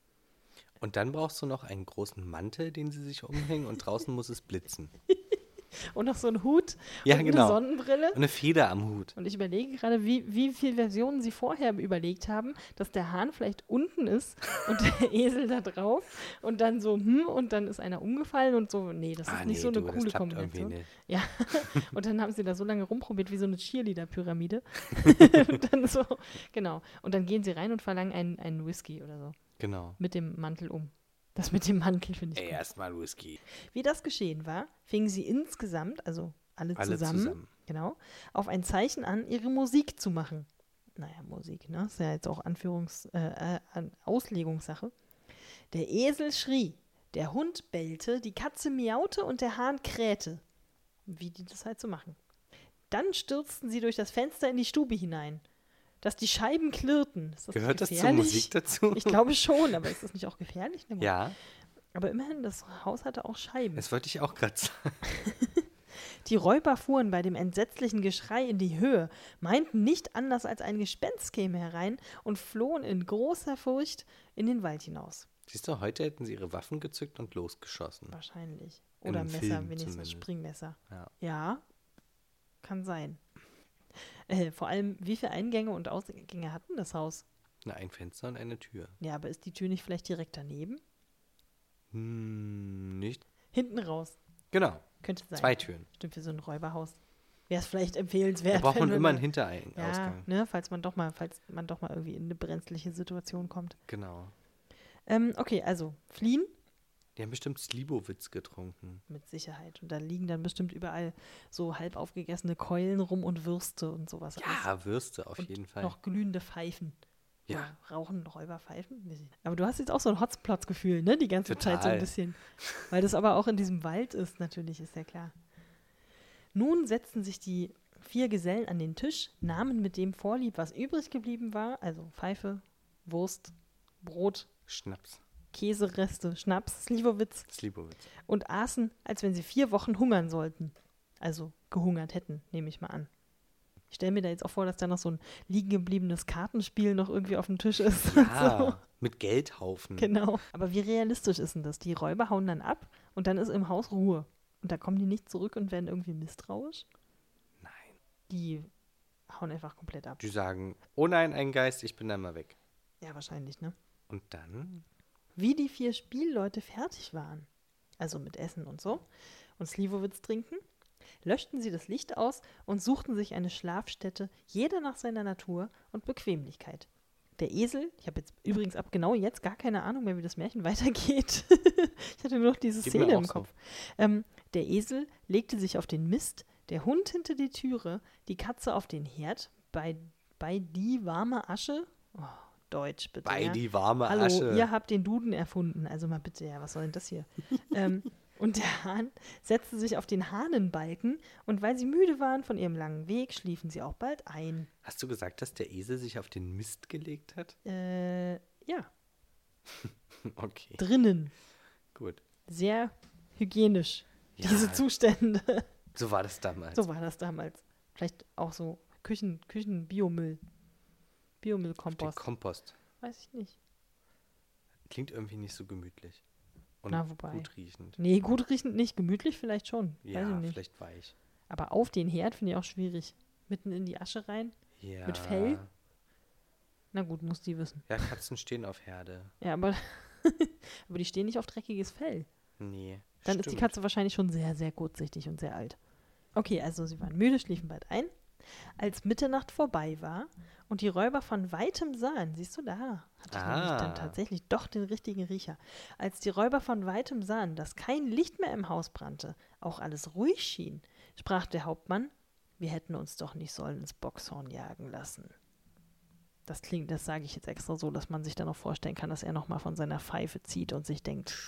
Und dann brauchst du noch einen großen Mantel, den sie sich umhängen und draußen muss es blitzen. Und noch so einen Hut Ja, und genau. eine Sonnenbrille. Und eine Feder am Hut. Und ich überlege gerade, wie viele Versionen sie vorher überlegt haben, dass der Hahn vielleicht unten ist und der Esel da drauf und dann so, und dann ist einer umgefallen und so. Nee, das ist nicht so eine coole Kombination. Nicht. Ja, und dann haben sie da so lange rumprobiert, wie so eine Cheerleader-Pyramide. Und dann so, genau. Und dann gehen sie rein und verlangen einen Whisky oder so. Genau. Mit dem Mantel um. Das mit dem Mantel finde ich gut. Erstmal Whisky. Wie das geschehen war, fingen sie insgesamt, also alle zusammen, genau, auf ein Zeichen an, ihre Musik zu machen. Naja, Musik, ne? Ist ja jetzt auch Auslegungssache. Der Esel schrie, der Hund bellte, die Katze miaute und der Hahn krähte. Wie die das halt so machen. Dann stürzten sie durch das Fenster in die Stube hinein. Dass die Scheiben klirrten. Ist das Gehört das gefährlich? zur Musik dazu? Ich glaube schon, aber ist das nicht auch gefährlich? Na gut. Ja, Aber immerhin, das Haus hatte auch Scheiben. das wollte ich auch gerade sagen. Die Räuber fuhren bei dem entsetzlichen Geschrei in die Höhe, meinten nicht anders als ein Gespenst käme herein und flohen in großer Furcht in den Wald hinaus. Siehst du, heute hätten sie ihre Waffen gezückt und losgeschossen. Wahrscheinlich. In Oder einem Messer, Film wenigstens zumindest. Springmesser. Ja. Ja, kann sein. Vor allem, wie viele Eingänge und Ausgänge hatten das Haus? Ein Fenster und eine Tür. Ja, aber ist die Tür nicht vielleicht direkt daneben? Nicht? Hinten raus. Genau. Könnte sein. 2 Türen. Stimmt, für so ein Räuberhaus wäre es vielleicht empfehlenswert. Da braucht man wenn immer einen ja, Hintereingang. ne, falls man doch mal irgendwie in eine brenzliche Situation kommt. Genau. Okay, also fliehen. Die haben bestimmt Slivovitz getrunken. Mit Sicherheit. Und da liegen dann bestimmt überall so halb aufgegessene Keulen rum und Würste und sowas. Ja, Würste auf und jeden Fall. noch glühende Pfeifen. Ja. Oder rauchen Räuberpfeifen? Weiß ich nicht. Aber du hast jetzt auch so ein Hotspots-Gefühl, ne? Die ganze Total. Zeit so ein bisschen. Weil das aber auch in diesem Wald ist, natürlich, ist ja klar. Nun setzten sich die 4 Gesellen an den Tisch, nahmen mit dem Vorlieb, was übrig geblieben war, also Pfeife, Wurst, Brot, Schnaps. Käsereste, Schnaps, Slivovitz, und aßen, als wenn sie 4 Wochen hungern sollten. Also gehungert hätten, nehme ich mal an. Ich stelle mir da jetzt auch vor, dass da noch so ein liegen gebliebenes Kartenspiel noch irgendwie auf dem Tisch ist. Ja, So. mit Geldhaufen. Genau. Aber wie realistisch ist denn das? Die Räuber hauen dann ab und dann ist im Haus Ruhe. Und da kommen die nicht zurück und werden irgendwie misstrauisch? Nein. Die hauen einfach komplett ab. Die sagen, oh nein, ein Geist, ich bin da mal weg. Ja, wahrscheinlich, ne? Und dann? Wie die 4 Spielleute fertig waren, also mit Essen und so, und Slivovitz trinken, löschten sie das Licht aus und suchten sich eine Schlafstätte, jeder nach seiner Natur und Bequemlichkeit. Der Esel, ich habe jetzt übrigens ab genau jetzt gar keine Ahnung mehr, wie das Märchen weitergeht. Ich hatte nur noch diese Geht mir Szene auch im so. Kopf. Der Esel legte sich auf den Mist, der Hund hinter die Türe, die Katze auf den Herd, bei die warme Asche. Oh, Deutsch bitte. Bei ja. die warme Hallo, Asche. ihr habt den Duden erfunden. Also mal bitte, ja, was soll denn das hier? Und der Hahn setzte sich auf den Hahnenbalken und weil sie müde waren von ihrem langen Weg, schliefen sie auch bald ein. Hast du gesagt, dass der Esel sich auf den Mist gelegt hat? Ja, Okay, drinnen. gut. Sehr hygienisch, Ja. diese Zustände. So war das damals. So war das damals. Vielleicht auch so Küchen-Biomüll. Den Biomüllkompost. Kompost. Weiß ich nicht. Klingt irgendwie nicht so gemütlich. Und Na, wobei. gut riechend. Nee, gut riechend nicht. Gemütlich vielleicht schon. Weiß ich Ja, nicht. vielleicht weich. Aber auf den Herd finde ich auch schwierig. Mitten in die Asche rein. Ja. Mit Fell? Na gut, muss die wissen. Ja, Katzen stehen auf Herde. Ja, aber, aber die stehen nicht auf dreckiges Fell. Nee. Dann ist die stimmt. Katze wahrscheinlich schon sehr, sehr kurzsichtig und sehr alt. Okay, also sie waren müde, schliefen bald ein. Als Mitternacht vorbei war und die Räuber von weitem sahen, siehst du, da hatte ich nämlich dann tatsächlich doch den richtigen Riecher. Als die Räuber von weitem sahen, dass kein Licht mehr im Haus brannte, auch alles ruhig schien, sprach der Hauptmann, wir hätten uns doch nicht sollen ins Bockshorn jagen lassen. Das sage ich jetzt extra so, dass man sich dann noch vorstellen kann, dass er nochmal von seiner Pfeife zieht und sich denkt,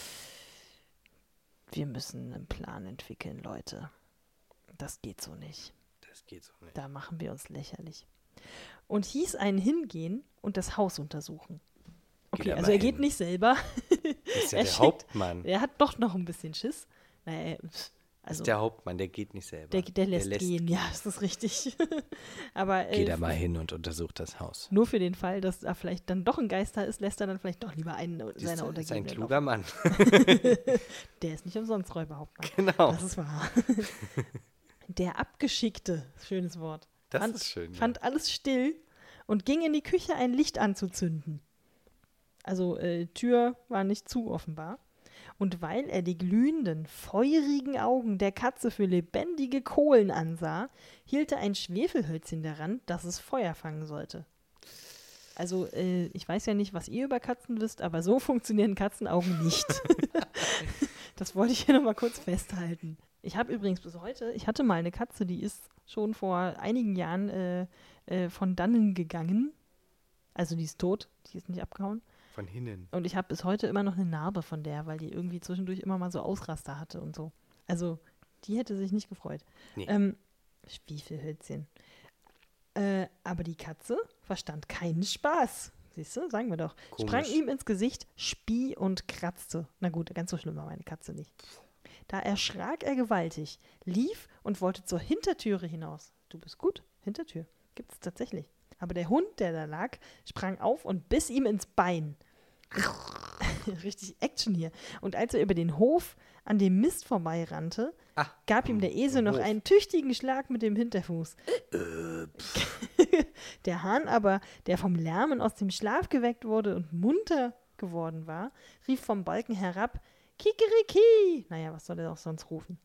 wir müssen einen Plan entwickeln, Leute. Das geht so nicht. Das geht so nicht. Da machen wir uns lächerlich. Und hieß einen hingehen und das Haus untersuchen. Okay, er also mal er geht hin. nicht selber. Ist ja Er der schickt- Hauptmann. Er hat doch noch ein bisschen Schiss. Naja, also Ist der Hauptmann, der geht nicht selber. der lässt gehen. Ja, das ist richtig. Aber Geht er mal hin und untersucht das Haus. nur für den Fall, dass da vielleicht dann doch ein Geist da ist, lässt er dann vielleicht doch lieber einen Das seiner ist ein Untergebenen kluger Mann. Der ist nicht umsonst Räuberhauptmann. Genau. Das ist wahr. Der Abgeschickte, schönes Wort, Das ist schön. Ja. fand alles still und ging in die Küche, ein Licht anzuzünden. Also Tür war nicht zu offenbar. Und weil er die glühenden, feurigen Augen der Katze für lebendige Kohlen ansah, hielt er ein Schwefelhölzchen daran, dass es Feuer fangen sollte. Also, ich weiß ja nicht, was ihr über Katzen wisst, aber so funktionieren Katzenaugen nicht. Das wollte ich hier nochmal kurz festhalten. Ich habe übrigens bis heute, ich hatte mal eine Katze, die ist schon vor einigen Jahren von dannen gegangen. Also die ist tot, die ist nicht abgehauen. Von hinnen. Und ich habe bis heute immer noch eine Narbe von der, weil die irgendwie zwischendurch immer mal so Ausraster hatte und so. Also, die hätte sich nicht gefreut. Nee. Schwefelhölzchen. Aber die Katze verstand keinen Spaß. Siehst du, sagen wir doch. Komisch. Sprang ihm ins Gesicht, spie und kratzte. Na gut, ganz so schlimm war meine Katze nicht. Da erschrak er gewaltig, lief und wollte zur Hintertüre hinaus. Du bist gut, Hintertür. Gibt es tatsächlich. Aber der Hund, der da lag, sprang auf und biss ihm ins Bein. Richtig Action hier. Und als er über den Hof an dem Mist vorbeirannte, gab ihm der Esel noch Hof. einen tüchtigen Schlag mit dem Hinterfuß. Der Hahn aber, der vom Lärmen aus dem Schlaf geweckt wurde und munter geworden war, rief vom Balken herab, Kikeriki. Naja, was soll er auch sonst rufen?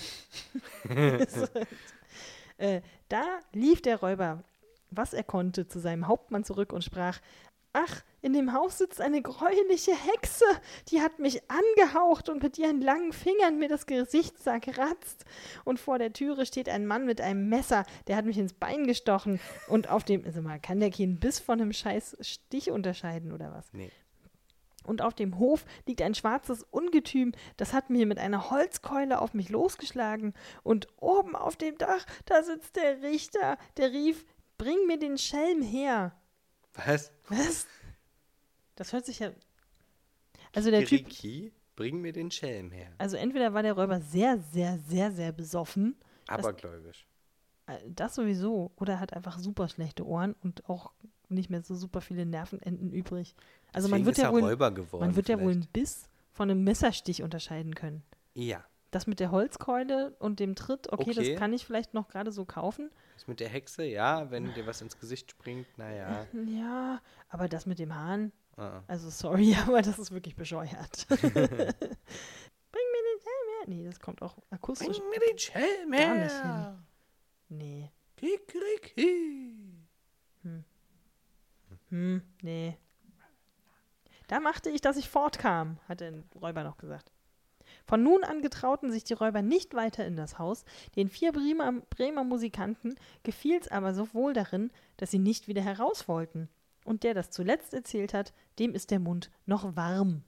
Da lief der Räuber, was er konnte, zu seinem Hauptmann zurück und sprach: Ach, in dem Haus sitzt eine gräuliche Hexe, die hat mich angehaucht und mit ihren langen Fingern mir das Gesicht zerkratzt. Und vor der Türe steht ein Mann mit einem Messer, der hat mich ins Bein gestochen. Und auf dem, also man kann der keinen Biss von einem scheiß Stich unterscheiden, oder was? Nee. Und auf dem Hof liegt ein schwarzes Ungetüm, das hat mir mit einer Holzkeule auf mich losgeschlagen. Und oben auf dem Dach, da sitzt der Richter, der rief: Bring mir den Schelm her. Was? Was? Das hört sich ja... Also der Typ... Kiriki, bring mir den Schelm her. Also entweder war der Räuber sehr, sehr, sehr, sehr besoffen. Abergläubisch. Das sowieso. Oder er hat einfach super schlechte Ohren und auch nicht mehr so super viele Nervenenden übrig. Also man Deswegen wird ist ja er wohl... Räuber geworden. Man wird ja wohl einen vielleicht. Biss von einem Messerstich unterscheiden können. Ja. Das mit der Holzkeule und dem Tritt, okay, Okay. das kann ich vielleicht noch gerade so kaufen. Das mit der Hexe, ja, wenn dir was ins Gesicht springt, naja. Ja, aber das mit dem Hahn, Ah. also sorry, aber das ist wirklich bescheuert. Bring mir den Schelm her. Nee, das kommt auch akustisch Bring mir den Schelm gar nicht her. hin. Nee. Kikeriki. Nee. Da machte ich, dass ich fortkam, hat der Räuber noch gesagt. Von nun an getrauten sich die Räuber nicht weiter in das Haus. Den 4 Bremer Musikanten gefiel's aber so wohl darin, dass sie nicht wieder heraus wollten. Und der das zuletzt erzählt hat, dem ist der Mund noch warm.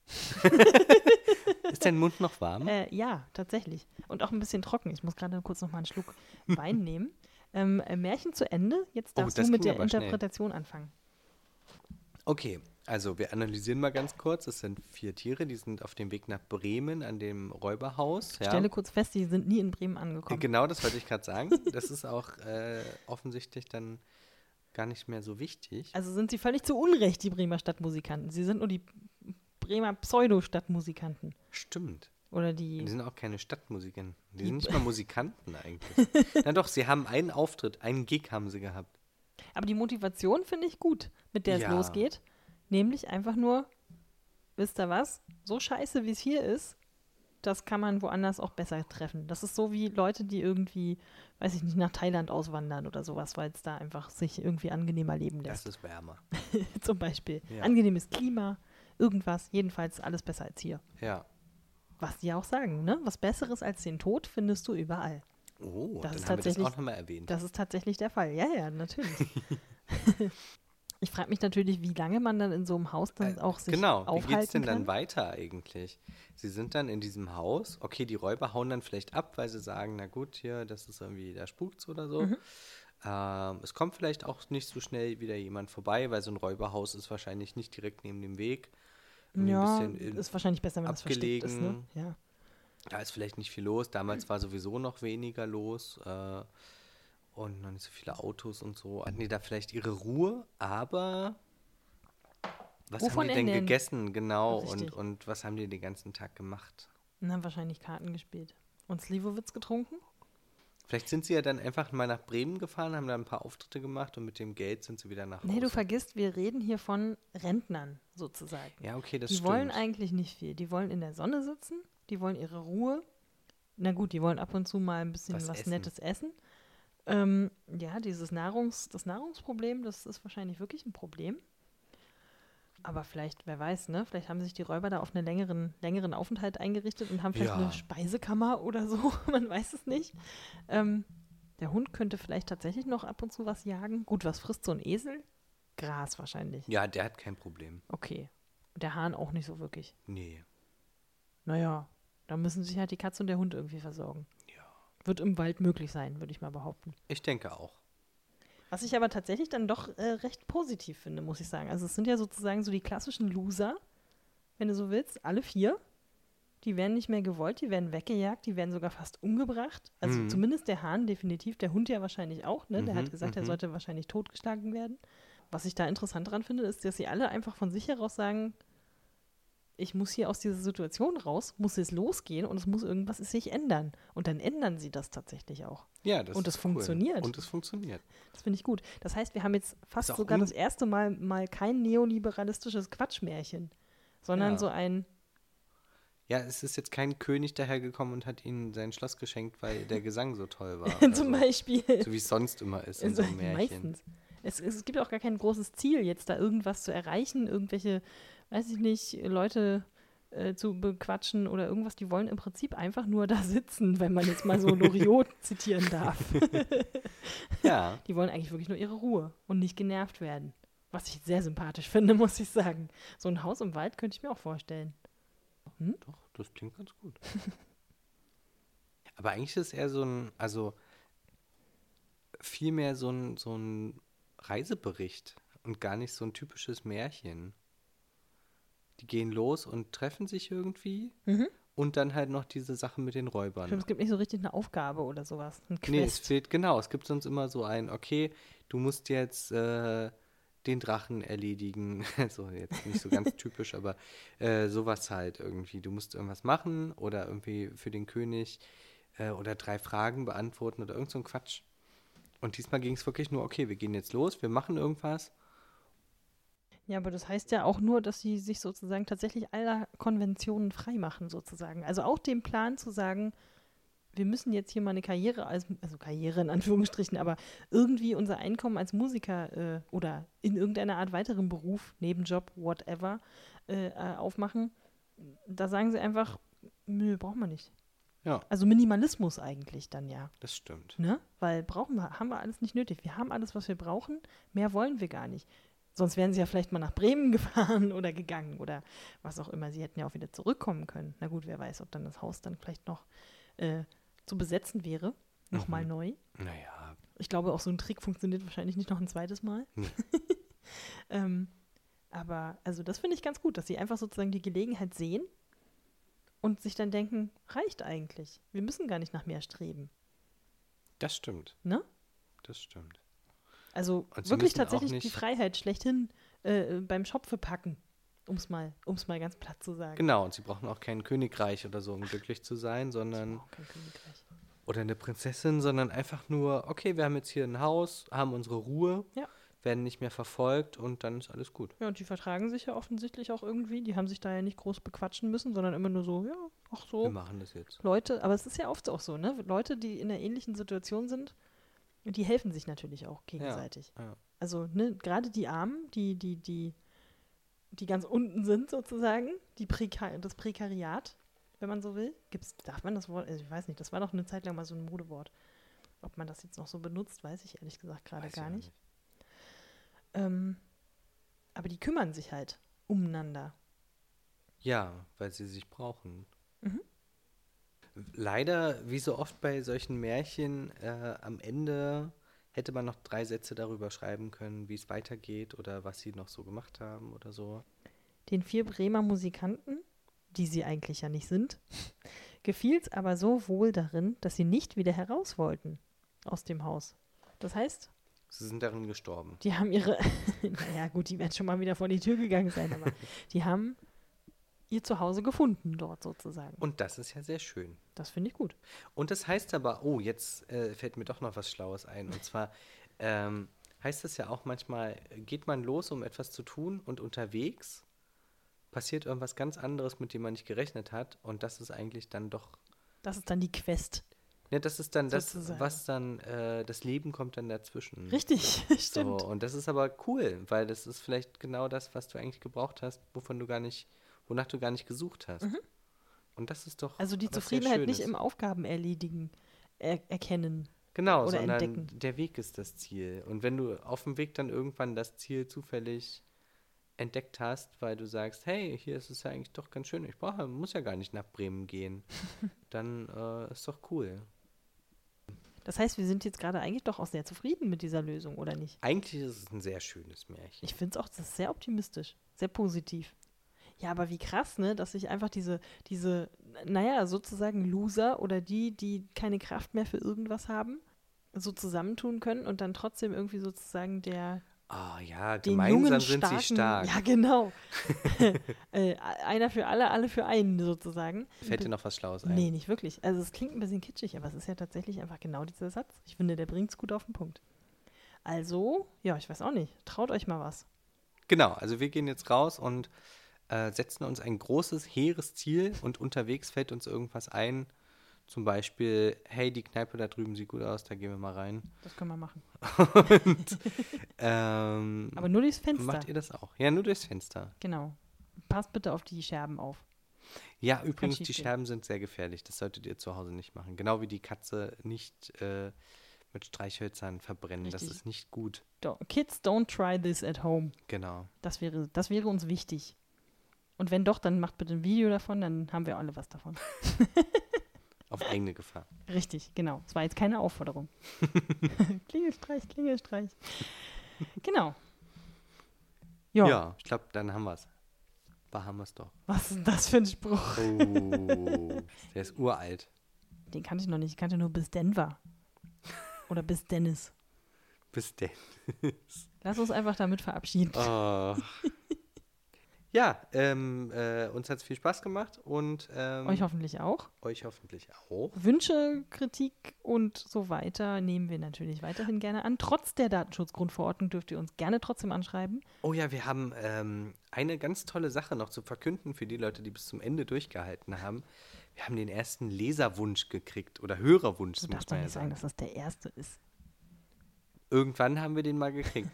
Ist dein Mund noch warm? Ja, tatsächlich. Und auch ein bisschen trocken. Ich muss gerade kurz noch mal einen Schluck Wein nehmen. Märchen zu Ende. Jetzt darfst du das mit ging der aber schnell. Interpretation anfangen. Okay, also wir analysieren mal ganz kurz. Es sind 4 Tiere, die sind auf dem Weg nach Bremen an dem Räuberhaus. Ja. Stelle kurz fest, die sind nie in Bremen angekommen. Genau, das wollte ich gerade sagen. Das ist auch offensichtlich dann gar nicht mehr so wichtig. Also sind sie völlig zu Unrecht, die Bremer Stadtmusikanten. Sie sind nur die Bremer Pseudo-Stadtmusikanten. Stimmt. Oder Die die... sind auch keine Stadtmusikanten. Die sind nicht mal Musikanten eigentlich. Na doch, sie haben einen Auftritt, einen Gig haben sie gehabt. Aber die Motivation finde ich gut, mit der es Ja. losgeht. Nämlich einfach nur, wisst ihr was? So scheiße, wie es hier ist, das kann man woanders auch besser treffen. Das ist so wie Leute, die irgendwie, weiß ich nicht, nach Thailand auswandern oder sowas, weil es da einfach sich irgendwie angenehmer leben lässt. Das ist wärmer. Zum Beispiel. Ja. Angenehmes Klima, irgendwas. Jedenfalls alles besser als hier. Ja. Was die auch sagen, ne? Was Besseres als den Tod findest du überall. Oh, Das dann ist haben wir das tatsächlich- auch nochmal erwähnt. Das ist tatsächlich der Fall. Ja, ja, natürlich. Ich frage mich natürlich, wie lange man dann in so einem Haus dann auch sich Genau, wie aufhalten geht's denn kann. dann weiter eigentlich? Sie sind dann in diesem Haus, okay, die Räuber hauen dann vielleicht ab, weil sie sagen, na gut, hier, das ist irgendwie, da spukt's oder so. Mhm. Es kommt vielleicht auch nicht so schnell wieder jemand vorbei, weil so ein Räuberhaus ist wahrscheinlich nicht direkt neben dem Weg. Irgendwie Ja, ein bisschen ist wahrscheinlich besser, wenn es versteckt ist. Ne? abgelegen. Ja. Da ist vielleicht nicht viel los. Damals war sowieso noch weniger los und noch nicht so viele Autos und so. Hatten die da vielleicht ihre Ruhe, aber was Wovon haben die denn ernähren? gegessen, genau, Richtig. und was haben die den ganzen Tag gemacht? Und haben wahrscheinlich Karten gespielt. Und Slivovitz getrunken? Vielleicht sind sie ja dann einfach mal nach Bremen gefahren, haben da ein paar Auftritte gemacht und mit dem Geld sind sie wieder nach Hause. Nee, du vergisst, wir reden hier von Rentnern sozusagen. Ja, okay, das Die stimmt. wollen eigentlich nicht viel. Die wollen in der Sonne sitzen, die wollen ihre Ruhe. Na gut, die wollen ab und zu mal ein bisschen Was was essen. Nettes essen. Ja, das Nahrungsproblem, das ist wahrscheinlich wirklich ein Problem. Aber vielleicht, wer weiß, ne? Vielleicht haben sich die Räuber da auf einen längeren Aufenthalt eingerichtet und haben vielleicht Ja. eine Speisekammer oder so. Man weiß es nicht. Der Hund könnte vielleicht tatsächlich noch ab und zu was jagen. Gut, was frisst so ein Esel? Gras wahrscheinlich. Ja, der hat kein Problem. Okay. Der Hahn auch nicht so wirklich. Nee. Naja, da müssen sich halt die Katze und der Hund irgendwie versorgen. Ja. Wird im Wald möglich sein, würde ich mal behaupten. Ich denke auch. Was ich aber tatsächlich dann doch recht positiv finde, muss ich sagen. Also es sind ja sozusagen so die klassischen Loser, wenn du so willst, alle 4. Die werden nicht mehr gewollt, die werden weggejagt, die werden sogar fast umgebracht. Also zumindest der Hahn definitiv, der Hund ja wahrscheinlich auch. Ne? Der hat gesagt, er sollte wahrscheinlich totgeschlagen werden. Was ich da interessant dran finde, ist, dass sie alle einfach von sich heraus sagen, ich muss hier aus dieser Situation raus, muss jetzt losgehen und es muss irgendwas sich ändern. Und dann ändern sie das tatsächlich auch. Ja, das Und ist es funktioniert. Und es funktioniert. Das finde ich gut. Das heißt, wir haben jetzt fast Ist auch sogar das erste Mal kein neoliberalistisches Quatschmärchen, sondern Ja. so ein, Ja, es ist jetzt kein König dahergekommen und hat ihnen sein Schloss geschenkt, weil der Gesang so toll war. oder Zum so. Beispiel. So wie es sonst immer ist in so einem Märchen. Meistens. Es gibt auch gar kein großes Ziel, jetzt da irgendwas zu erreichen, irgendwelche, weiß ich nicht, Leute zu bequatschen oder irgendwas. Die wollen im Prinzip einfach nur da sitzen, wenn man jetzt mal so Loriot zitieren darf. Ja, Die wollen eigentlich wirklich nur ihre Ruhe und nicht genervt werden. Was ich sehr sympathisch finde, muss ich sagen. So ein Haus im Wald könnte ich mir auch vorstellen. doch, das klingt ganz gut. Aber eigentlich ist es eher also vielmehr so ein Reisebericht und gar nicht so ein typisches Märchen. Die gehen los und treffen sich irgendwie und dann halt noch diese Sache mit den Räubern. Stimmt, es gibt nicht so richtig eine Aufgabe oder sowas. Ein Nee, es Quest. fehlt, genau, es gibt sonst immer so okay, du musst jetzt den Drachen erledigen. So, jetzt nicht so ganz typisch, aber sowas halt irgendwie. Du musst irgendwas machen oder irgendwie für den König oder 3 Fragen beantworten oder irgend so ein Quatsch. Und diesmal ging es wirklich nur, okay, wir gehen jetzt los, wir machen irgendwas. Ja, aber das heißt ja auch nur, dass sie sich sozusagen tatsächlich aller Konventionen freimachen, sozusagen. Also auch dem Plan zu sagen, wir müssen jetzt hier mal eine Karriere, also Karriere in Anführungsstrichen, aber irgendwie unser Einkommen als Musiker oder in irgendeiner Art weiteren Beruf, Nebenjob, whatever, aufmachen. Da sagen sie einfach, nö, brauchen wir nicht. Ja, Also Minimalismus eigentlich dann ja. das stimmt. Ne? Weil haben wir alles nicht nötig. Wir haben alles, was wir brauchen. Mehr wollen wir gar nicht. Sonst wären sie ja vielleicht mal nach Bremen gefahren oder gegangen oder was auch immer. Sie hätten ja auch wieder zurückkommen können. Na gut, wer weiß, ob dann das Haus dann vielleicht noch zu besetzen wäre. Nochmal neu. Naja, Ich glaube, auch so ein Trick funktioniert wahrscheinlich nicht noch ein zweites Mal. Aber also das finde ich ganz gut, dass sie einfach sozusagen die Gelegenheit sehen und sich dann denken, reicht eigentlich. Wir müssen gar nicht nach mehr streben. das stimmt. Ne? Das stimmt. Also Und sie wirklich müssen auch tatsächlich nicht- die Freiheit schlechthin beim Schopfe packen, um es mal ganz platt zu sagen. Genau, und sie brauchen auch kein Königreich oder so, um glücklich zu sein, sondern Oh, kein Königreich. oder eine Prinzessin, sondern einfach nur, okay, wir haben jetzt hier ein Haus, haben unsere Ruhe, Ja. werden nicht mehr verfolgt und dann ist alles gut. Ja, und die vertragen sich ja offensichtlich auch irgendwie. Die haben sich da ja nicht groß bequatschen müssen, sondern immer nur so, ja, ach Wir so. machen das jetzt. Leute, aber es ist ja oft auch so, ne? Leute, die in einer ähnlichen Situation sind, die helfen sich natürlich auch gegenseitig. Ja. Also, ne, gerade die Armen, die ganz unten sind sozusagen, das Prekariat, wenn man so will. Darf man das Wort, also ich weiß nicht, das war doch eine Zeit lang mal so ein Modewort. Ob man das jetzt noch so benutzt, weiß ich ehrlich gesagt gerade Weiß ich gar auch nicht. Aber die kümmern sich halt umeinander. Ja, weil sie sich brauchen. Mhm. Leider, wie so oft bei solchen Märchen, am Ende hätte man noch 3 Sätze darüber schreiben können, wie es weitergeht oder was sie noch so gemacht haben oder so. Den 4 Bremer Musikanten, die sie eigentlich ja nicht sind, gefiel es aber so wohl darin, dass sie nicht wieder heraus wollten aus dem Haus. Das heißt, Sie sind darin gestorben. die haben ihre, naja gut, die werden schon mal wieder vor die Tür gegangen sein, aber die haben ihr Zuhause gefunden dort sozusagen. Und das ist ja sehr schön. Das finde ich gut. Und das heißt aber, oh, jetzt fällt mir doch noch was Schlaues ein. Und zwar heißt es ja auch manchmal, geht man los, um etwas zu tun und unterwegs passiert irgendwas ganz anderes, mit dem man nicht gerechnet hat. Und das ist eigentlich dann doch, Das ist dann die Quest. ne, das ist dann das, Sozusagen. was dann, das Leben kommt dann dazwischen. Richtig, So, stimmt. und das ist aber cool, weil das ist vielleicht genau das, was du eigentlich gebraucht hast, wonach du gar nicht gesucht hast. Und das ist doch Also die was sehr Zufriedenheit nicht Schönes. im Aufgabenerledigen erkennen. Genau, oder sondern entdecken. der Weg ist das Ziel. Und wenn du auf dem Weg dann irgendwann das Ziel zufällig entdeckt hast, weil du sagst, hey, hier ist es ja eigentlich doch ganz schön, muss ja gar nicht nach Bremen gehen, dann ist doch cool. Das heißt, wir sind jetzt gerade eigentlich doch auch sehr zufrieden mit dieser Lösung, oder nicht? Eigentlich ist es ein sehr schönes Märchen. Ich finde es auch, das ist sehr optimistisch, sehr positiv. Ja, aber wie krass, ne, dass sich einfach diese, naja, sozusagen Loser oder die keine Kraft mehr für irgendwas haben, so zusammentun können und dann trotzdem irgendwie sozusagen Ah ja, den gemeinsam jungen, sind starken, sie stark. ja genau, einer für alle für einen sozusagen. Fällt dir noch was Schlaues ein? Nee, nicht wirklich. Also es klingt ein bisschen kitschig, aber es ist ja tatsächlich einfach genau dieser Satz. Ich finde, der bringt es gut auf den Punkt. Also, ja, ich weiß auch nicht. Traut euch mal was. Genau, also wir gehen jetzt raus und setzen uns ein großes, hehres Ziel und unterwegs fällt uns irgendwas ein. Zum Beispiel, hey, die Kneipe da drüben sieht gut aus, da gehen wir mal rein. Das können wir machen. Und, Aber nur durchs Fenster. macht ihr das auch? Ja, nur durchs Fenster. Genau. Passt bitte auf die Scherben auf. Ja, übrigens, die schiefgehen. Scherben sind sehr gefährlich. Das solltet ihr zu Hause nicht machen. Genau wie die Katze nicht mit Streichhölzern verbrennen. Richtig. Das ist nicht gut. Kids, don't try this at home. Genau. Das wäre uns wichtig. Und wenn doch, dann macht bitte ein Video davon, dann haben wir alle was davon. Auf eigene Gefahr. Richtig, genau. Es war jetzt keine Aufforderung. Klingelstreich, Klingelstreich. Genau. Ja, ich glaube, dann haben wir es. Da haben wir es doch. Was ist denn das für ein Spruch? Oh, der ist uralt. Den kannte ich noch nicht. Ich kannte nur bis Denver. Oder bis Dennis. Bis denn. Lass uns einfach damit verabschieden. Oh. Ja, uns hat es viel Spaß gemacht und Euch hoffentlich auch. euch hoffentlich auch. Wünsche, Kritik und so weiter nehmen wir natürlich weiterhin gerne an. Trotz der Datenschutzgrundverordnung dürft ihr uns gerne trotzdem anschreiben. Oh ja, wir haben eine ganz tolle Sache noch zu verkünden für die Leute, die bis zum Ende durchgehalten haben. Wir haben den ersten Leserwunsch gekriegt oder Hörerwunsch, Du muss darfst doch man ja nicht sagen, sagen. dass das der erste ist. Irgendwann haben wir den mal gekriegt.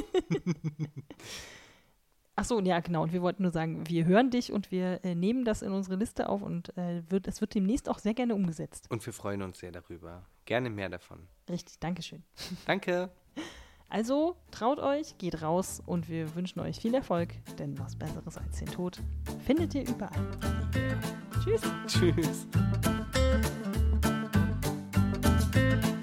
Ach so, ja, genau. Und wir wollten nur sagen, wir hören dich und wir nehmen das in unsere Liste auf und es wird demnächst auch sehr gerne umgesetzt. Und wir freuen uns sehr darüber. Gerne mehr davon. Richtig, Dankeschön. Danke. Also, traut euch, geht raus und wir wünschen euch viel Erfolg, denn was Besseres als den Tod findet ihr überall. Tschüss. Tschüss.